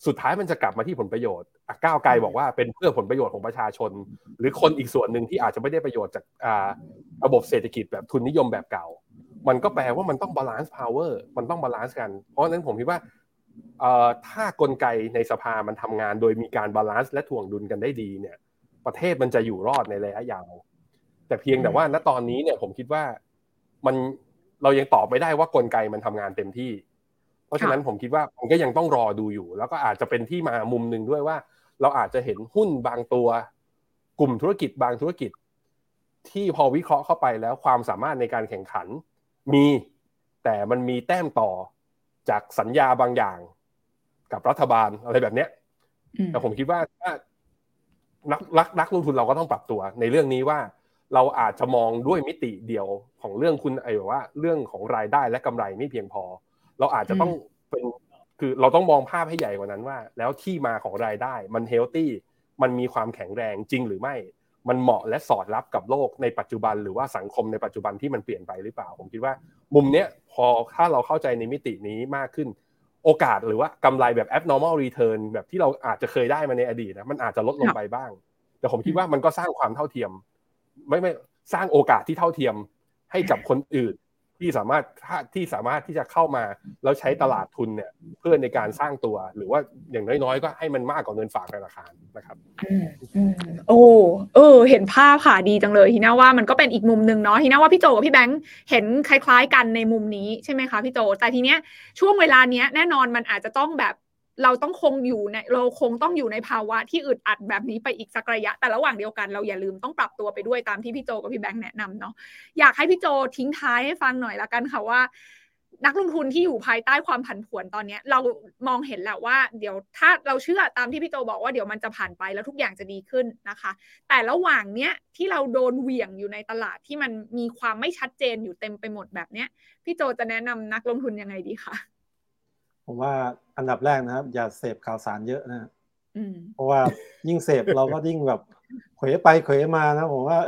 สุดท้ายมันจะกลับมาที่ผลประโยชน์ก้าวไกลบอกว่าเป็นเพื่อผลประโยชน์ของประชาชนหรือคนอีกส่วนหนึ่งที่อาจจะไม่ได้ประโยชน์จากระบบเศรษฐกิจแบบทุนนิยมแบบเก่ามันก็แปลว่ามันต้องบาลานซ์พาวเวอร์มันต้องบาลานซ์กันเพราะฉะนั้นผมคิดว่าถ้ากลไกในสภามันทำงานโดยมีการบาลานซ์และถ่วงดุลกันได้ดีเนี่ยประเทศมันจะอยู่รอดในระยะยาวแต่เพียงแต่ว่าณตอนนี้เนี่ยผมคิดว่าเรายังตอบไม่ได้ว่ากลไกมันทำงานเต็มที่เพราะฉะนั้นผมคิดว่ามันก็ยังต้องรอดูอยู่แล้วก็อาจจะเป็นที่มามุมนึงด้วยว่าเราอาจจะเห็นหุ้นบางตัวกลุ่มธุรกิจบางธุรกิจที่พอวิเคราะห์เข้าไปแล้วความสามารถในการแข่งขันมีแต่มันมีแต้มต่อจากสัญญาบางอย่างกับรัฐบาลอะไรแบบเนี้ยแต่ผมคิดว่าถ้านักลงทุนเราก็ต้องปรับตัวในเรื่องนี้ว่าเราอาจจะมองด้วยมิติเดียวของเรื่องคุณว่าเรื่องของรายได้และกำไรไม่เพียงพอเราอาจจะต้องเป็นคือเราต้องมองภาพให้ใหญ่กว่านั้นว่าแล้วที่มาของรายได้มันเฮลตี้มันมีความแข็งแรงจริงหรือไม่มันเหมาะและสอดรับกับโลกในปัจจุบันหรือว่าสังคมในปัจจุบันที่มันเปลี่ยนไปหรือเปล่าผมคิดว่ามุมเนี้ยพอถ้าเราเข้าใจในมิตินี้มากขึ้นโอกาสหรือว่ากำไรแบบ abnormal return แบบที่เราอาจจะเคยได้มาในอดีตนะมันอาจจะลดลงไปบ้างแต่ผมคิดว่ามันก็สร้างความเท่าเทียมไม่สร้างโอกาสที่เท่าเทียมให้กับคนอื่นที่สามารถที่จะเข้ามาแล้วใช้ตลาดทุนเนี่ยเพื่อในการสร้างตัวหรือว่าอย่างน้อยๆก็ให้มันมากกว่าเงินฝากธนาคารนะครับเห็นภาพค่ะดีจังเลยทีน่าว่ามันก็เป็นอีกมุมนึงเนาะทีน่าว่าพี่โจกับพี่แบงค์เห็นคล้ายๆกันในมุมนี้ใช่ไหมคะพี่โจแต่ทีเนี้ยช่วงเวลาเนี้ยแน่นอนมันอาจจะต้องแบบเราคงต้องอยู่ในภาวะที่อึดอัดแบบนี้ไปอีกสักระยะแต่ระหว่างเดียวกันเราอย่าลืมต้องปรับตัวไปด้วยตามที่พี่โจกับพี่แบงค์แนะนำเนาะอยากให้พี่โจทิ้งท้ายให้ฟังหน่อยละกันค่ะว่านักลงทุนที่อยู่ภายใต้ความผันผวนตอนนี้เรามองเห็นแล้วว่าเดี๋ยวถ้าเราเชื่อตามที่พี่โจบอกว่าเดี๋ยวมันจะผ่านไปแล้วทุกอย่างจะดีขึ้นนะคะแต่ระหว่างเนี้ยที่เราโดนเหวี่ยงอยู่ในตลาดที่มันมีความไม่ชัดเจนอยู่เต็มไปหมดแบบเนี้ยพี่โจจะแนะนำนักลงทุนยังไงดีคะผมว่าอันดับแรกนะครับอย่าเสพข่าวสารเยอะนะเพราะว่ายิ่งเสพเราก็ยิ่งแบบเขวไปเขวมานะผมว่า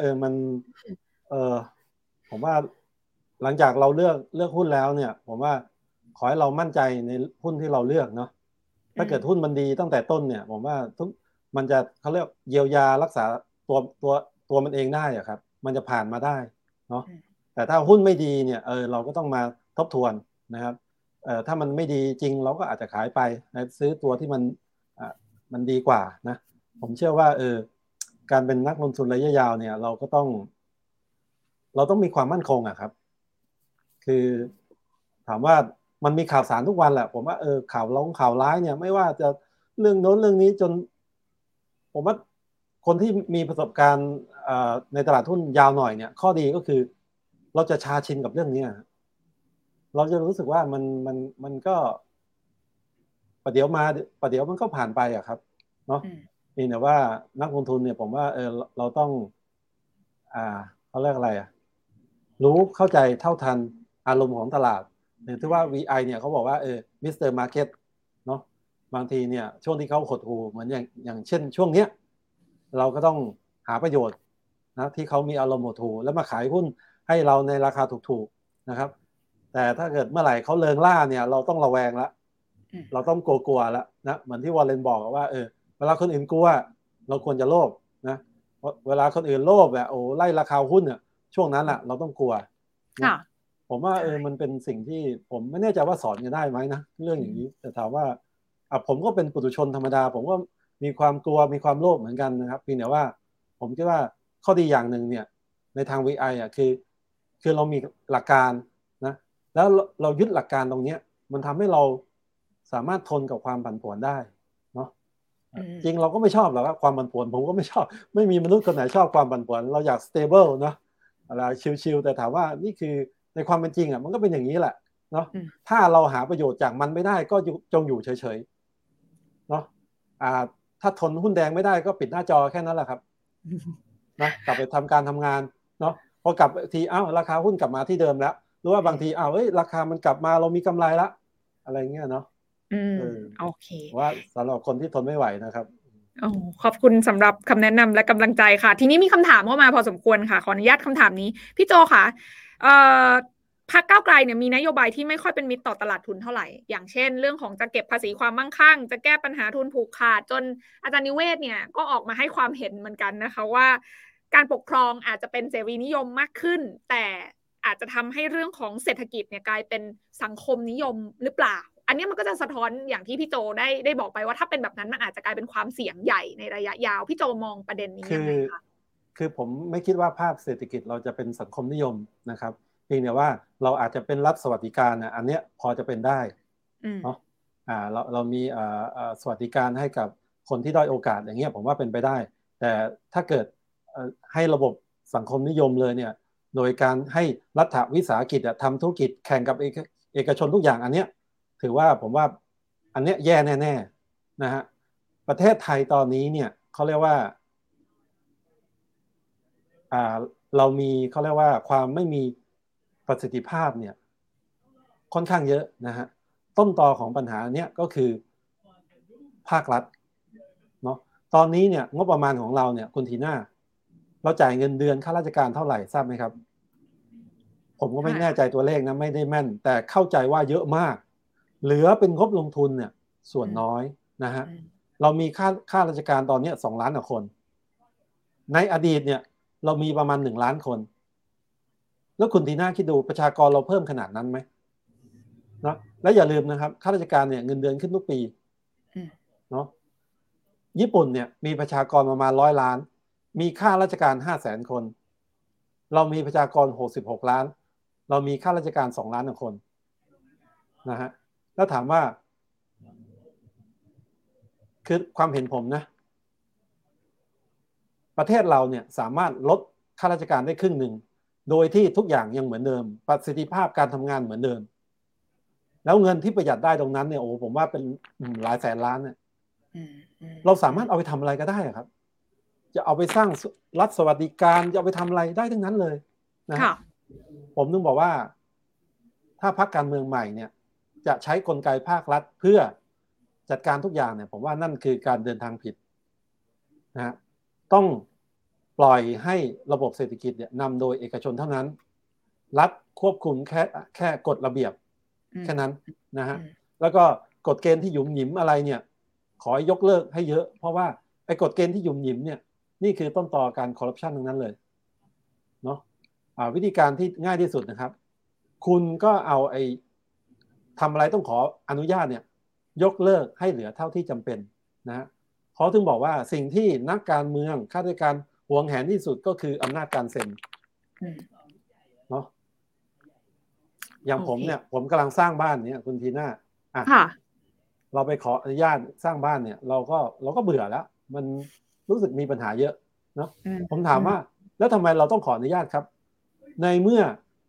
ผมว่าหลังจากเราเลือกหุ้นแล้วเนี่ยผมว่าขอให้เรามั่นใจในหุ้นที่เราเลือกเนาะถ้าเกิดหุ้นมันดีตั้งแต่ต้นเนี่ยผมว่ามันจะเขาเรียกเยียวยารักษาตัวมันเองได้อะครับมันจะผ่านมาได้เนาะแต่ถ้าหุ้นไม่ดีเนี่ยเราก็ต้องมาทบทวนนะครับถ้ามันไม่ดีจริงเราก็อาจจะขายไปนะซื้อตัวที่มันดีกว่านะผมเชื่อว่าการเป็นนักลงทุนระยะยาวเนี่ยเราต้องมีความมั่นคงอะครับคือถามว่ามันมีข่าวสารทุกวันแหละผมว่าข่าวร้ายเนี่ยไม่ว่าจะเรื่องโน้นเรื่องนี้จนผมว่าคนที่มีประสบการณ์ในตลาดหุ้นยาวหน่อยเนี่ยข้อดีก็คือเราจะชาชินกับเรื่องนี้เราจะรู้สึกว่ามันก็ประเดี๋ยวมันก็ผ่านไปอะครับเนาะนี่แต่ว่านักลงทุนเนี่ยผมว่าเราต้องเขาเรียกอะไรรู้เข้าใจเท่าทันอารมณ์ของตลาดหรือที่ว่า VI เนี่ยเขาบอกว่ามิสเตอร์มาร์เก็ตเนาะบางทีเนี่ยช่วงที่เขาหดหู่เหมือนอย่างเช่นช่วงเนี้ยเราก็ต้องหาประโยชน์นะที่เขามีอารมณ์หดหู่แล้วมาขายหุ้นให้เราในราคาถูกๆนะครับแต่ถ้าเกิดเมื่อไหร่เขาเริงล่าเนี่ยเราต้องระแวงละเราต้องกลัวแล้วนะเหมือนที่วอร์เรนบอกว่าเวลาคนอื่นกลัวเราควรจะโลภนะเวลาคนอื่นโลภแบบไล่ราคาหุ้นเนี่ยช่วงนั้นแหละเราต้องกลัวผมว่ามันเป็นสิ่งที่ผมไม่แน่ใจว่าสอนกันได้ไหมนะเรื่องอย่างนี้แต่ถามว่าผมก็เป็นปุถุชนธรรมดาผมก็มีความกลัวมีความโลภเหมือนกันนะครับเพียงแต่ว่าผมคิดว่าข้อดีอย่างหนึ่งเนี่ยในทาง VI คือเรามีหลักการนะแล้วเรายึดหลักการตรงนี้มันทำให้เราสามารถทนกับความผันผวนได้เนาะจริงเราก็ไม่ชอบหรอกครับความผันผวนผมก็ไม่ชอบไม่มีมนุษย์คนไหนชอบความผันผวนเราอยาก stable เนาะอะไรชิลๆแต่ถามว่านี่คือในความเป็นจริงมันก็เป็นอย่างนี้แหละเนาะถ้าเราหาประโยชน์จากมันไม่ได้ก็จงอยู่เฉยๆเนาะถ้าทนหุ้นแดงไม่ได้ก็ปิดหน้าจอแค่นั้นแหละครับนะกลับไปทำการทำงานเนาะพอกลับทีราคาหุ้นกลับมาที่เดิมแล้วหรือว่าบางทีราคามันกลับมาเรามีกำไรละอะไรเงี้ยเนาะโอเคว่าสำหรับคนที่ทนไม่ไหวนะครับขอบคุณสำหรับคำแนะนำและกำลังใจค่ะทีนี้มีคำถามเข้ามาพอสมควรค่ะขออนุญาตคำถามนี้พี่โจค่ะพรรคก้าวไกลเนี่ยมีนโยบายที่ไม่ค่อยเป็นมิตรต่อตลาดทุนเท่าไหร่อย่างเช่นเรื่องของจะเก็บภาษีความมั่งคั่งจะแก้ปัญหาทุนผูกขาดจนอาจารย์นิเวศน์เนี่ยก็ออกมาให้ความเห็นเหมือนกันนะคะว่าการปกครองอาจจะเป็นเสรีนิยมมากขึ้นแต่อาจจะทำให้เรื่องของเศรษฐกิจเนี่ยกลายเป็นสังคมนิยมหรือเปล่าอันนี้มันก็จะสะท้อนอย่างที่พี่โจได้บอกไปว่าถ้าเป็นแบบนั้นมันอาจจะกลายเป็นความเสี่ยงใหญ่ในระยะยาวพี่โจมองประเด็นนี้ยังไงคะคือผมไม่คิดว่าภาพเศรษฐกิจเราจะเป็นสังคมนิยมนะครับเพียงแต่ว่าเราอาจจะเป็นรัฐสวัสดิการนะอันเนี้ยพอจะเป็นได้เนาะเรามีสวัสดิการให้กับคนที่ด้อยโอกาสอย่างเงี้ยผมว่าเป็นไปได้แต่ถ้าเกิดให้ระบบสังคมนิยมเลยเนี่ยโดยการให้รัฐวิสาหกิจทำธุรกิจแข่งกับเอกชนทุกอย่างอันเนี้ยถือว่าผมว่าอันเนี้ยแย่แน่ๆนะฮะประเทศไทยตอนนี้เนี่ยเขาเรียกว่าเรามีเขาเรียกว่าความไม่มีประสิทธิภาพเนี่ยค่อนข้างเยอะนะฮะต้นตอของปัญหาเนี้ยก็คือภาครัฐเนาะตอนนี้เนี่ยงบประมาณของเราเนี่ยคุณทีน่าเราจ่ายเงินเดือนข้าราชการเท่าไหร่ทราบไหมครับผมก็ไม่แน่ใจตัวเลขนะไม่ได้แม่นแต่เข้าใจว่าเยอะมากเหลือเป็นงบลงทุนเนี่ยส่วนน้อยนะฮะเรามีค่าราชการตอนนี้2 ล้านกว่าคนในอดีตเนี่ยเรามีประมาณ1 ล้านคนแล้วคุณทีน่าคิดดูประชากรเราเพิ่มขนาดนั้นไหมนะและอย่าลืมนะครับข้าราชการเนี่ยเงินเดือนขึ้นทุกปีเนาะญี่ปุ่นเนี่ยมีประชากรประมาณ100 ล้านมีข้าราชการ500,000 คนเรามีประชากร66 ล้านเรามีข้าราชการ2 ล้านคนนะฮะแล้วถามว่าคือความเห็นผมนะประเทศเราเนี่ยสามารถลดข้าราชการได้ครึ่งหนึ่งโดยที่ทุกอย่างยังเหมือนเดิมประสิทธิภาพการทำงานเหมือนเดิมแล้วเงินที่ประหยัดได้ตรงนั้นเนี่ยโอ้ผมว่าเป็นหลายแสนล้านเนี่ยเราสามารถเอาไปทำอะไรก็ได้ครับจะเอาไปสร้างรัฐสวัสดิการจะเอาไปทำอะไรได้ทั้งนั้นเลยนะผมนึกบอกว่าถ้าพรรคการเมืองใหม่เนี่ยจะใช้กลไกภาครัฐเพื่อจัดการทุกอย่างเนี่ยผมว่านั่นคือการเดินทางผิดนะฮะต้องปล่อยให้ระบบเศรษฐกิจเนี่ยนำโดยเอกชนเท่านั้นรัฐควบคุมแค่กฎระเบียบแค่นั้นนะฮะแล้วก็กฎเกณฑ์ที่หยุมหยิมอะไรเนี่ยขอยกเลิกให้เยอะเพราะว่าไอ้กฎเกณฑ์ที่หยุมหยิมเนี่ยนี่คือต้นตอการคอร์รัปชันทั้งนั้นเลยเนาะวิธีการที่ง่ายที่สุดนะครับคุณก็เอาไอ้ทำอะไรต้องขออนุญาตเนี่ยยกเลิกให้เหลือเท่าที่จำเป็นนะเขาถึงบอกว่าสิ่งที่นักการเมืองข้าราชการหวงแหนที่สุดก็คืออำนาจการเซ็นเนาะอย่างผมเนี่ยผมกำลังสร้างบ้านเนี่ยคุณทีน่าเราไปขออนุญาตสร้างบ้านเนี่ยเราก็เบื่อแล้วมันรู้สึกมีปัญหาเยอะเนาะผมถามว่าแล้วทำไมเราต้องขออนุญาตครับในเมื่อ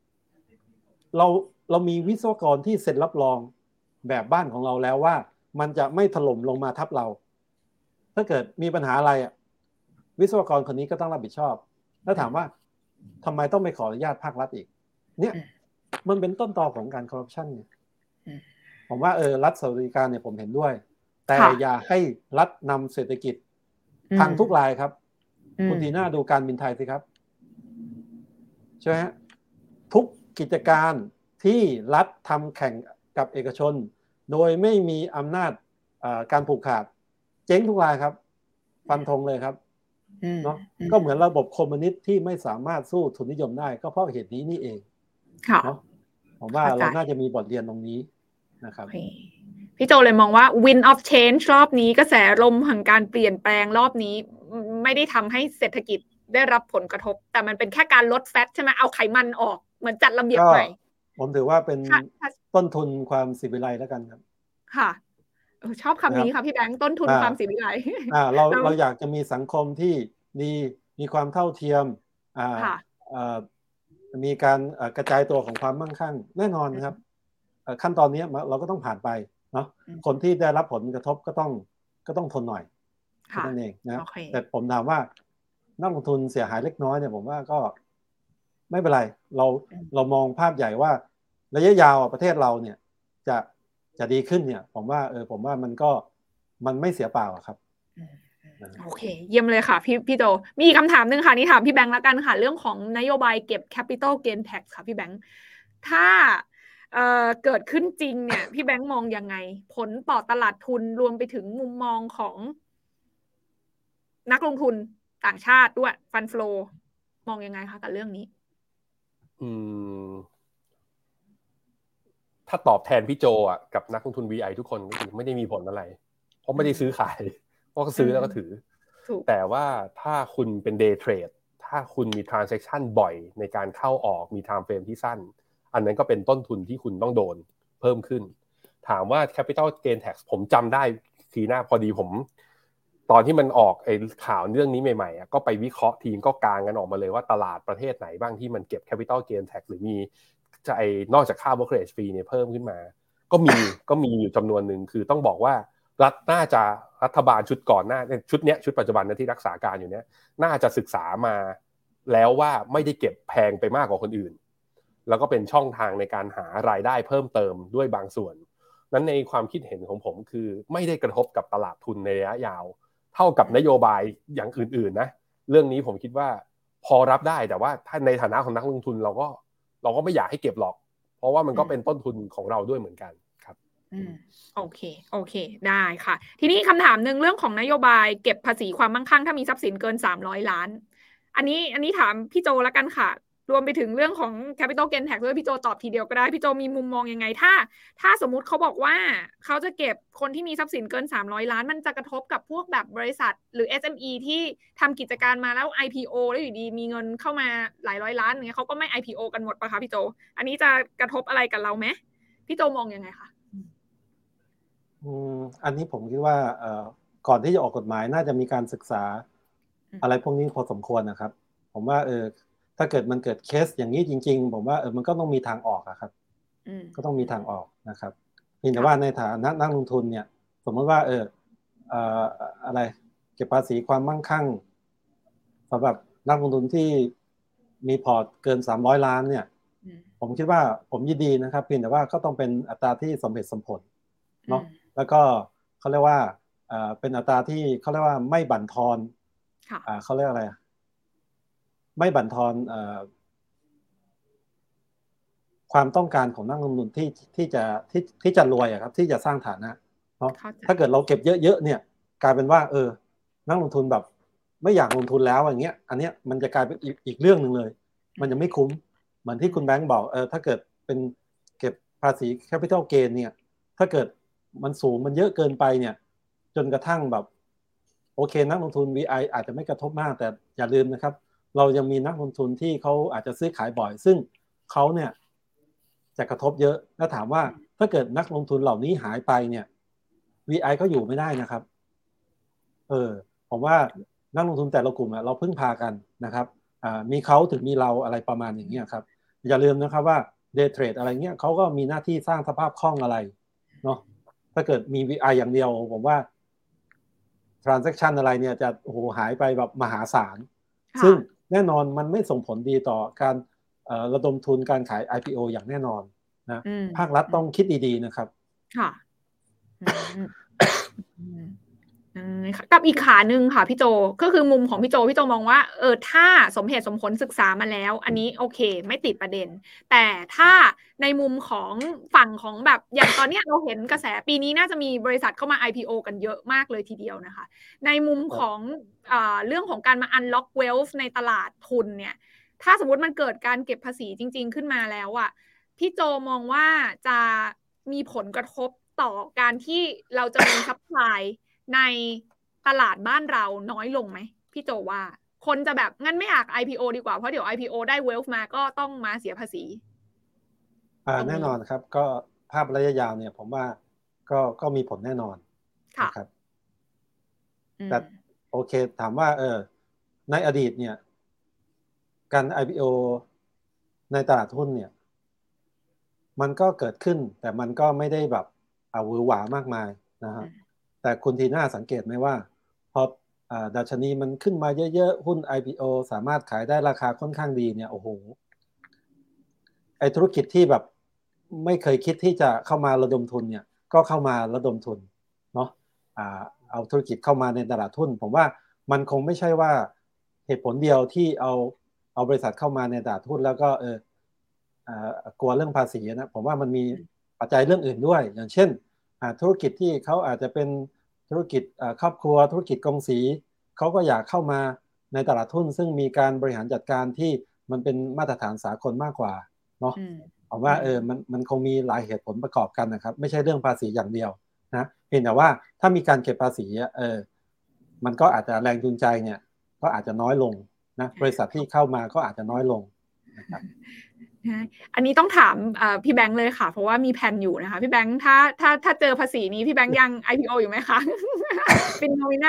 เรามีวิศวกรที่เซ็นรับรองแบบบ้านของเราแล้วว่ามันจะไม่ถล่มลงมาทับเราถ้าเกิดมีปัญหาอะไรวิศวกรคนนี้ก็ต้องรับผิดชอบแล้วถามว่าทำไมต้องไปขออนุญาตภาครัฐอีกเนี่ยมันเป็นต้นตอของการคอร์รัปชันเนี่ยผมว่ารัฐสวัสดิการเนี่ยผมเห็นด้วยแต่อย่าให้รัฐนำเศรษฐกิจพังทุกรายครับคุณทีน่าดูการบินไทยสิครับใช่ไหมทุกกิจการที่รัฐทำแข่งกับเอกชนโดยไม่มีอำนาจการผูกขาดเจ๊งทุกรายครับฟันธงเลยครับเนาะก็เหมือนระบบคอมมิวนิสต์ที่ไม่สามารถสู้ทุนนิยมได้ก็เพราะเหตุนี้นี่เองเนาะผมว่าเราน่าจะมีบทเรียนตรงนี้นะครับพี่โจเลยมองว่า Wind of Change รอบนี้กระแสลมแห่งการเปลี่ยนแปลงรอบนี้ไม่ได้ทำให้เศรษฐกิจได้รับผลกระทบแต่มันเป็นแค่การลดแฟตใช่ไหมเอาไขมันออกเหมือนจัดระเบียบใหม่ผมถือว่าเป็นต้นทุนความศิวิไลซ์แล้วกันครับค่ะชอบคำนี้ค่ะพี่แบงค์ต้นทุนความศิวิไลซ์เราอยากจะมีสังคมที่มีความเท่าเทียมมีการกระจายตัวของความมั่งคั่งแน่นอนนะครับขั้นตอนนี้เราก็ต้องผ่านไปเนาะคนที่ได้รับผลกระทบก็ต้องทนหน่อยนั่นเองนะแต่ผมถามว่านักลงทุนเสียหายเล็กน้อยเนี่ยผมว่าก็ไม่เป็นไรเรามองภาพใหญ่ว่าระยะยาวประเทศเราเนี่ยจะดีขึ้นเนี่ยผมว่ามันไม่เสียเปล่าครับโอเคเยี่ยมเลยค่ะพี่โจมีคำถามนึงค่ะนี่ถามพี่แบงค์แล้วกันค่ะเรื่องของนโยบายเก็บ Capital Gain Tax ค่ะพี่แบงค์ถ้าเกิดขึ้นจริงเนี่ยพี่แบงค์มองยังไงผลต่อตลาดทุนรวมไปถึงมุมมองของนักลงทุนต่างชาติด้วยฟันโฟลมองยังไงคะกับเรื่องนี้ถ้าตอบแทนพี่โจอ่ะกับนักลงทุน VI ทุกคนก็คือไม่ได้มีผลอะไรเพราะไม่ได้ซื้อขายเพราะก็ซื้อแล้วก็ถือแต่ว่าถ้าคุณเป็น day trade ถ้าคุณมี transaction บ่อยในการเข้าออกมี time frame ที่สั้นอันนั้นก็เป็นต้นทุนที่คุณต้องโดนเพิ่มขึ้นถามว่า capital gain tax ผมจำได้ทีหน้าพอดีผมตอนที่มันออกไอ้ข่าวเรื่องนี้ใหม่ๆก็ไปวิเคราะห์ทีมก็กางกันออกมาเลยว่าตลาดประเทศไหนบ้างที่มันเก็บ capital gain tax หรือมีนอกจากค่า brokerage fee เนี่ยเพิ่มขึ้นมาก็มีอยู่จำนวนหนึ่งคือต้องบอกว่ารัฐบาลชุดก่อนหน้าชุดเนี้ยชุดปัจจุบันนะที่รักษาการอยู่เนี้ยน่าจะศึกษามาแล้วว่าไม่ได้เก็บแพงไปมากกว่าคนอื่นแล้วก็เป็นช่องทางในการหารายได้เพิ่มเติมด้วยบางส่วนนั้นในความคิดเห็นของผมคือไม่ได้กระทบกับตลาดทุนในระยะยาวเท่ากับนโยบายอย่างอื่นๆนะเรื่องนี้ผมคิดว่าพอรับได้แต่ว่าถ้าในฐานะของนักลงทุนเราก็ไม่อยากให้เก็บหรอกเพราะว่ามันก็เป็นต้นทุนของเราด้วยเหมือนกันครับโอเคได้ค่ะทีนี้คำถามนึงเรื่องของนโยบายเก็บภาษีความมั่งคั่งถ้ามีทรัพย์สินเกิน300ล้านอันนี้ถามพี่โจแล้วกันค่ะรวมไปถึงเรื่องของ capital gain tax ด้วยพี่โจตอบทีเดียวก็ได้พี่โจมีมุมมองยังไงถ้าสมมุติเขาบอกว่าเขาจะเก็บคนที่มีทรัพย์สินเกิน300ล้านมันจะกระทบกับพวกแบบบริษัทหรือ SME ที่ทำกิจการมาแล้ว IPO แล้วอยู่ดีมีเงินเข้ามาหลายร้อยล้านอย่างเงี้ยเขาก็ไม่ IPO กันหมดป่ะคะพี่โจอันนี้จะกระทบอะไรกับเราไหมพี่โจมองยังไงคะอันนี้ผมคิดว่าก่อนที่จะออกกฎหมายน่าจะมีการศึกษาอะไรพวกนี้พอสมควรนะครับผมว่าถ้าเกิดมันเกิดเคสอย่างนี้จริงๆผมว่ามันก็ต้องมีทางออกอะครับก็ต้องมีทางออกนะครับเพียงแต่ว่าในฐานะนักลงทุนเนี่ยสมมติว่าอะไรเก็บภาษีความมั่งคั่งสำหรับนักลงทุนที่มีพอร์ตเกิน300ล้านเนี่ยผมคิดว่าผมยินดีนะครับเพียงแต่ว่าก็ต้องเป็นอัตราที่สมเหตุสมผลเนาะแล้วก็เขาเรียกว่าเป็นอัตราที่เขาเรียกว่าไม่บั่นทอนเขาเรียกอะไรไม่บั่นทอนความต้องการของนักลงทุนที่จะรวยครับที่จะสร้างฐานะเนาะถ้าเกิดเราเก็บเยอะๆเนี่ยกลายเป็นว่านักลงทุนแบบไม่อยากลงทุนแล้วอย่างเงี้ยอันเนี้ยมันจะกลายเป็นอีกเรื่องนึงเลยมันจะไม่คุ้มเหมือนที่คุณแบงค์บอกถ้าเกิดเป็นเก็บภาษี capital gain เนี่ยถ้าเกิดมันสูงมันเยอะเกินไปเนี่ยจนกระทั่งแบบโอเคนักลงทุน VI อาจจะไม่กระทบมากแต่อย่าลืมนะครับเรายังมีนักลงทุนที่เขาอาจจะซื้อขายบ่อยซึ่งเขาเนี่ยจะกระทบเยอะแล้วถามว่าถ้าเกิดนักลงทุนเหล่านี้หายไปเนี่ย VI ก็อยู่ไม่ได้นะครับผมว่านักลงทุนแต่ละกลุ่มเราพึ่งพากันนะครับมีเขาถึงมีเราอะไรประมาณอย่างนี้ครับอย่าลืมนะครับว่าday trade อะไรเงี้ยเขาก็มีหน้าที่สร้างสภาพคล่องอะไรเนาะถ้าเกิดมี VI อย่างเดียวผมว่า transaction อะไรเนี่ยจะหายไปแบบมหาศาลซึ่งแน่นอนมันไม่ส่งผลดีต่อการระดมทุนการขาย IPO อย่างแน่นอนนะภาครัฐต้องคิดดีๆนะครับค่ะกับอีกขานึงค่ะพี่โจก็คือมุมของพี่โจมองว่าถ้าสมเหตุสมผลศึกษามาแล้วอันนี้โอเคไม่ติดประเด็นแต่ถ้าในมุมของฝั่งของแบบอย่างตอนนี้เราเห็นกระแสปีนี้น่าจะมีบริษัทเข้ามา IPO กันเยอะมากเลยทีเดียวนะคะในมุมของเรื่องของการมา unlock wealth ในตลาดทุนเนี่ยถ้าสมมติมันเกิดการเก็บภาษีจริงๆขึ้นมาแล้วอ่ะพี่โจมองว่าจะมีผลกระทบต่อการที่เราจะมีซัพพลายในตลาดบ้านเราน้อยลงไหมพี่โจว่าคนจะแบบงั้นไม่อยาก IPO ดีกว่าเพราะเดี๋ยว IPO ได้ wealth มาก็ต้องมาเสียภาษีแน่นอนครับก็ภาพระยะยาวเนี่ยผมว่าก็มีผลแน่นอนนะครับแต่โอเคถามว่าในอดีตเนี่ยการ IPO ในตลาดหุ้นเนี่ยมันก็เกิดขึ้นแต่มันก็ไม่ได้แบบหวือหวามากมายนะฮะแต่คุณทีน่าสังเกตไหมว่าพอดัชนีมันขึ้นมาเยอะๆหุ้น IPO สามารถขายได้ราคาค่อนข้างดีเนี่ยโอ้โหไอ้ธุรกิจที่แบบไม่เคยคิดที่จะเข้ามาระดมทุนเนี่ยก็เข้ามาระดมทุนเนาะเอาธุรกิจเข้ามาในตลาดหุ้นผมว่ามันคงไม่ใช่ว่าเหตุผลเดียวที่เอาบริษัทเข้ามาในตลาดหุ้นแล้วก็กลัวเรื่องภาษีนะผมว่ามันมีปัจจัยเรื่องอื่นด้วยอย่างเช่นธุรกิจที่เขาอาจจะเป็นธุรกิจครอบครัวธุรกิจกงสีเขาก็อยากเข้ามาในตลาดหุ้นซึ่งมีการบริหารจัดการที่มันเป็นมาตรฐานสากลมากกว่าเนาะผมว่ามันคงมีหลายเหตุผลประกอบกันนะครับไม่ใช่เรื่องภาษีอย่างเดียวนะเพียงแต่ว่าถ้ามีการเก็บภาษีมันก็อาจจะแรงจูงใจเนี่ยก็อาจจะน้อยลงนะบริษัทที่เข้ามาก็อาจจะน้อยลงนะครับอันนี้ต้องถามพี่แบงค์เลยค่ะเพราะว่ามีแผนอยู่นะคะพี่แบงค์ถ้าเจอภาษีนี้พี่แบงค์ยัง IPO อยู่ไหมคะ ฟินโนมิน่า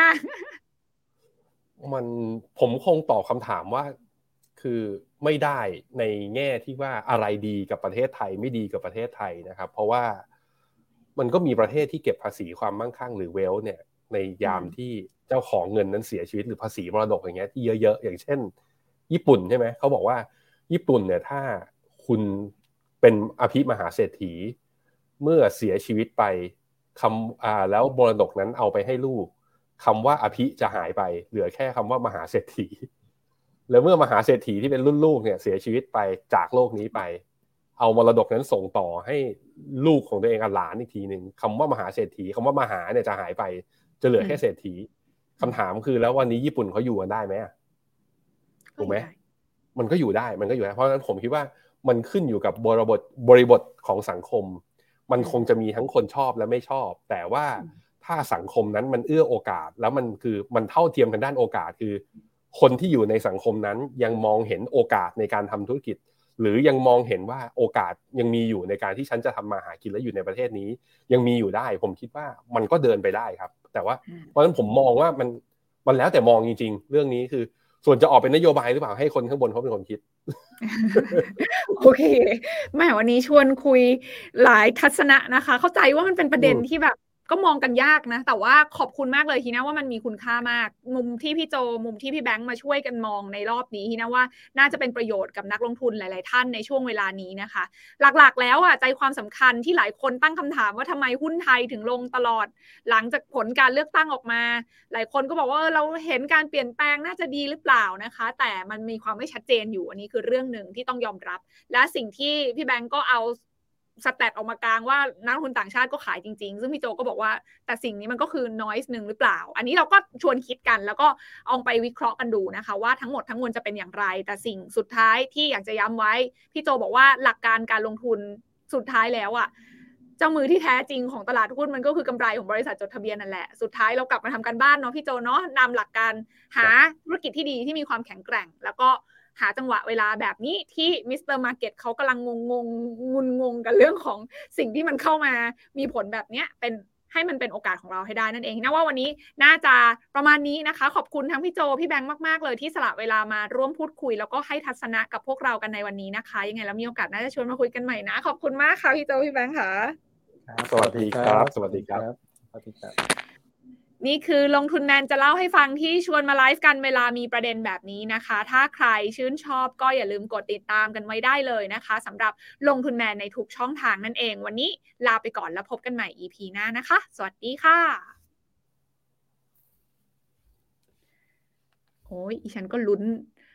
ผมคงตอบคำถามว่าคือไม่ได้ในแง่ที่ว่าอะไรดีกับประเทศไทยไม่ดีกับประเทศไทยนะครับเพราะว่ามันก็มีประเทศที่เก็บภาษีความมั่งคั่งหรือเวลเนี่ยในยามที่เจ้าของเงินนั้นเสียชีวิตหรือภาษีมรดกอย่างเงี้ยที่เยอะๆอย่างเช่นญี่ปุ่นใช่ไหมเขาบอกว่าญี่ปุ่นเนี่ยถ้าคุณเป็นอภิมหาเศรษฐีเมื่อเสียชีวิตไปแล้วมรดกนั้นเอาไปให้ลูกคำว่าอภิจะหายไปเหลือแค่คำว่ามหาเศรษฐีแล้วเมื่อมหาเศรษฐีที่เป็นรุ่นลูกเนี่ยเสียชีวิตไปจากโลกนี้ไปเอามรดกนั้นส่งต่อให้ลูกของตัวเองหลานอีกทีนึงคำว่ามหาเศรษฐีคำว่ามหาเนี่ยจะหายไปจะเหลือแค่เศรษฐีคำถามคือแล้ววันนี้ญี่ปุ่นเขาอยู่กันได้ไหมถูกไหมมันก็อยู่ได้เพราะฉะนั้นผมคิดว่ามันขึ้นอยู่กับบริบทของสังคมมันคงจะมีทั้งคนชอบและไม่ชอบแต่ว่าถ้าสังคมนั้นมันเอื้อโอกาสแล้วมันเท่าเทียมกันด้านโอกาสคือคนที่อยู่ในสังคมนั้นยังมองเห็นโอกาสในการทำธุรกิจหรือยังมองเห็นว่าโอกาสยังมีอยู่ในการที่ฉันจะทำมาหากินและอยู่ในประเทศนี้ยังมีอยู่ได้ผมคิดว่ามันก็เดินไปได้ครับแต่ว่าเพราะฉะนั้นผมมองว่ามันแล้วแต่มองจริงๆเรื่องนี้คือส่วนจะออกเป็นนโยบายหรือเปล่าให้คนข้างบนเขาเป็นคนคิดโอเคแม่วันนี้ชวนคุยหลายทัศนะนะคะเข้าใจว่ามันเป็นประเด็นที่แบบก็มองกันยากนะแต่ว่าขอบคุณมากเลยทีนะว่ามันมีคุณค่ามากมุมที่พี่โจมุมที่พี่แบงค์มาช่วยกันมองในรอบนี้ทีนะว่าน่าจะเป็นประโยชน์กับนักลงทุนหลายๆท่านในช่วงเวลานี้นะคะหลักๆแล้วใจความสำคัญที่หลายคนตั้งคำถามว่าทำไมหุ้นไทยถึงลงตลอดหลังจากผลการเลือกตั้งออกมาหลายคนก็บอกว่าเราเห็นการเปลี่ยนแปลงน่าจะดีหรือเปล่านะคะแต่มันมีความไม่ชัดเจนอยู่อันนี้คือเรื่องหนึ่งที่ต้องยอมรับและสิ่งที่พี่แบงก์ก็เอาสแตทออกมากลางว่านักลงทุนต่างชาติก็ขายจริงๆซึ่งพี่โจก็บอกว่าแต่สิ่งนี้มันก็คือ noise นึงหรือเปล่าอันนี้เราก็ชวนคิดกันแล้วก็เอาไปวิเคราะห์กันดูนะคะว่าทั้งหมดทั้งมวลจะเป็นอย่างไรแต่สิ่งสุดท้ายที่อยากจะย้ำไว้พี่โจบอกว่าหลักการการลงทุนสุดท้ายแล้วเจ้ามือที่แท้จริงของตลาดหุ้นมันก็คือกำไรของบริษัทจดทะเบียนนั่นแหละสุดท้ายเรากลับมาทำกันบ้านเนาะพี่โจเนาะนำหลักการหาธุรกิจที่ดีที่มีความแข็งแกร่งแล้วก็หาจังหวะเวลาแบบนี้ที่มิสเตอร์มาร์เก็ตเขากำลังงงกันเรื่องของสิ่งที่มันเข้ามามีผลแบบนี้เป็นให้มันเป็นโอกาสของเราให้ได้นั่นเองนะว่าวันนี้น่าจะประมาณนี้นะคะขอบคุณทั้งพี่โจพี่แบงค์มากๆเลยที่สละเวลามาร่วมพูดคุยแล้วก็ให้ทัศนะกับพวกเรากันในวันนี้นะคะยังไงแล้วมีโอกาสน่าจะชวนมาคุยกันใหม่นะขอบคุณมากค่ะพี่โจพี่แบงค์ค่ะสวัสดีครับสวัสดีครับนี่คือลงทุนแมนจะเล่าให้ฟังที่ชวนมาไลฟ์กันเวลามีประเด็นแบบนี้นะคะถ้าใครชื่นชอบก็อย่าลืมกดติดตามกันไว้ได้เลยนะคะสำหรับลงทุนแมนในทุกช่องทางนั่นเองวันนี้ลาไปก่อนแล้วพบกันใหม่ EP หน้านะคะสวัสดีค่ะโอ้ยอีฉันก็ลุ้น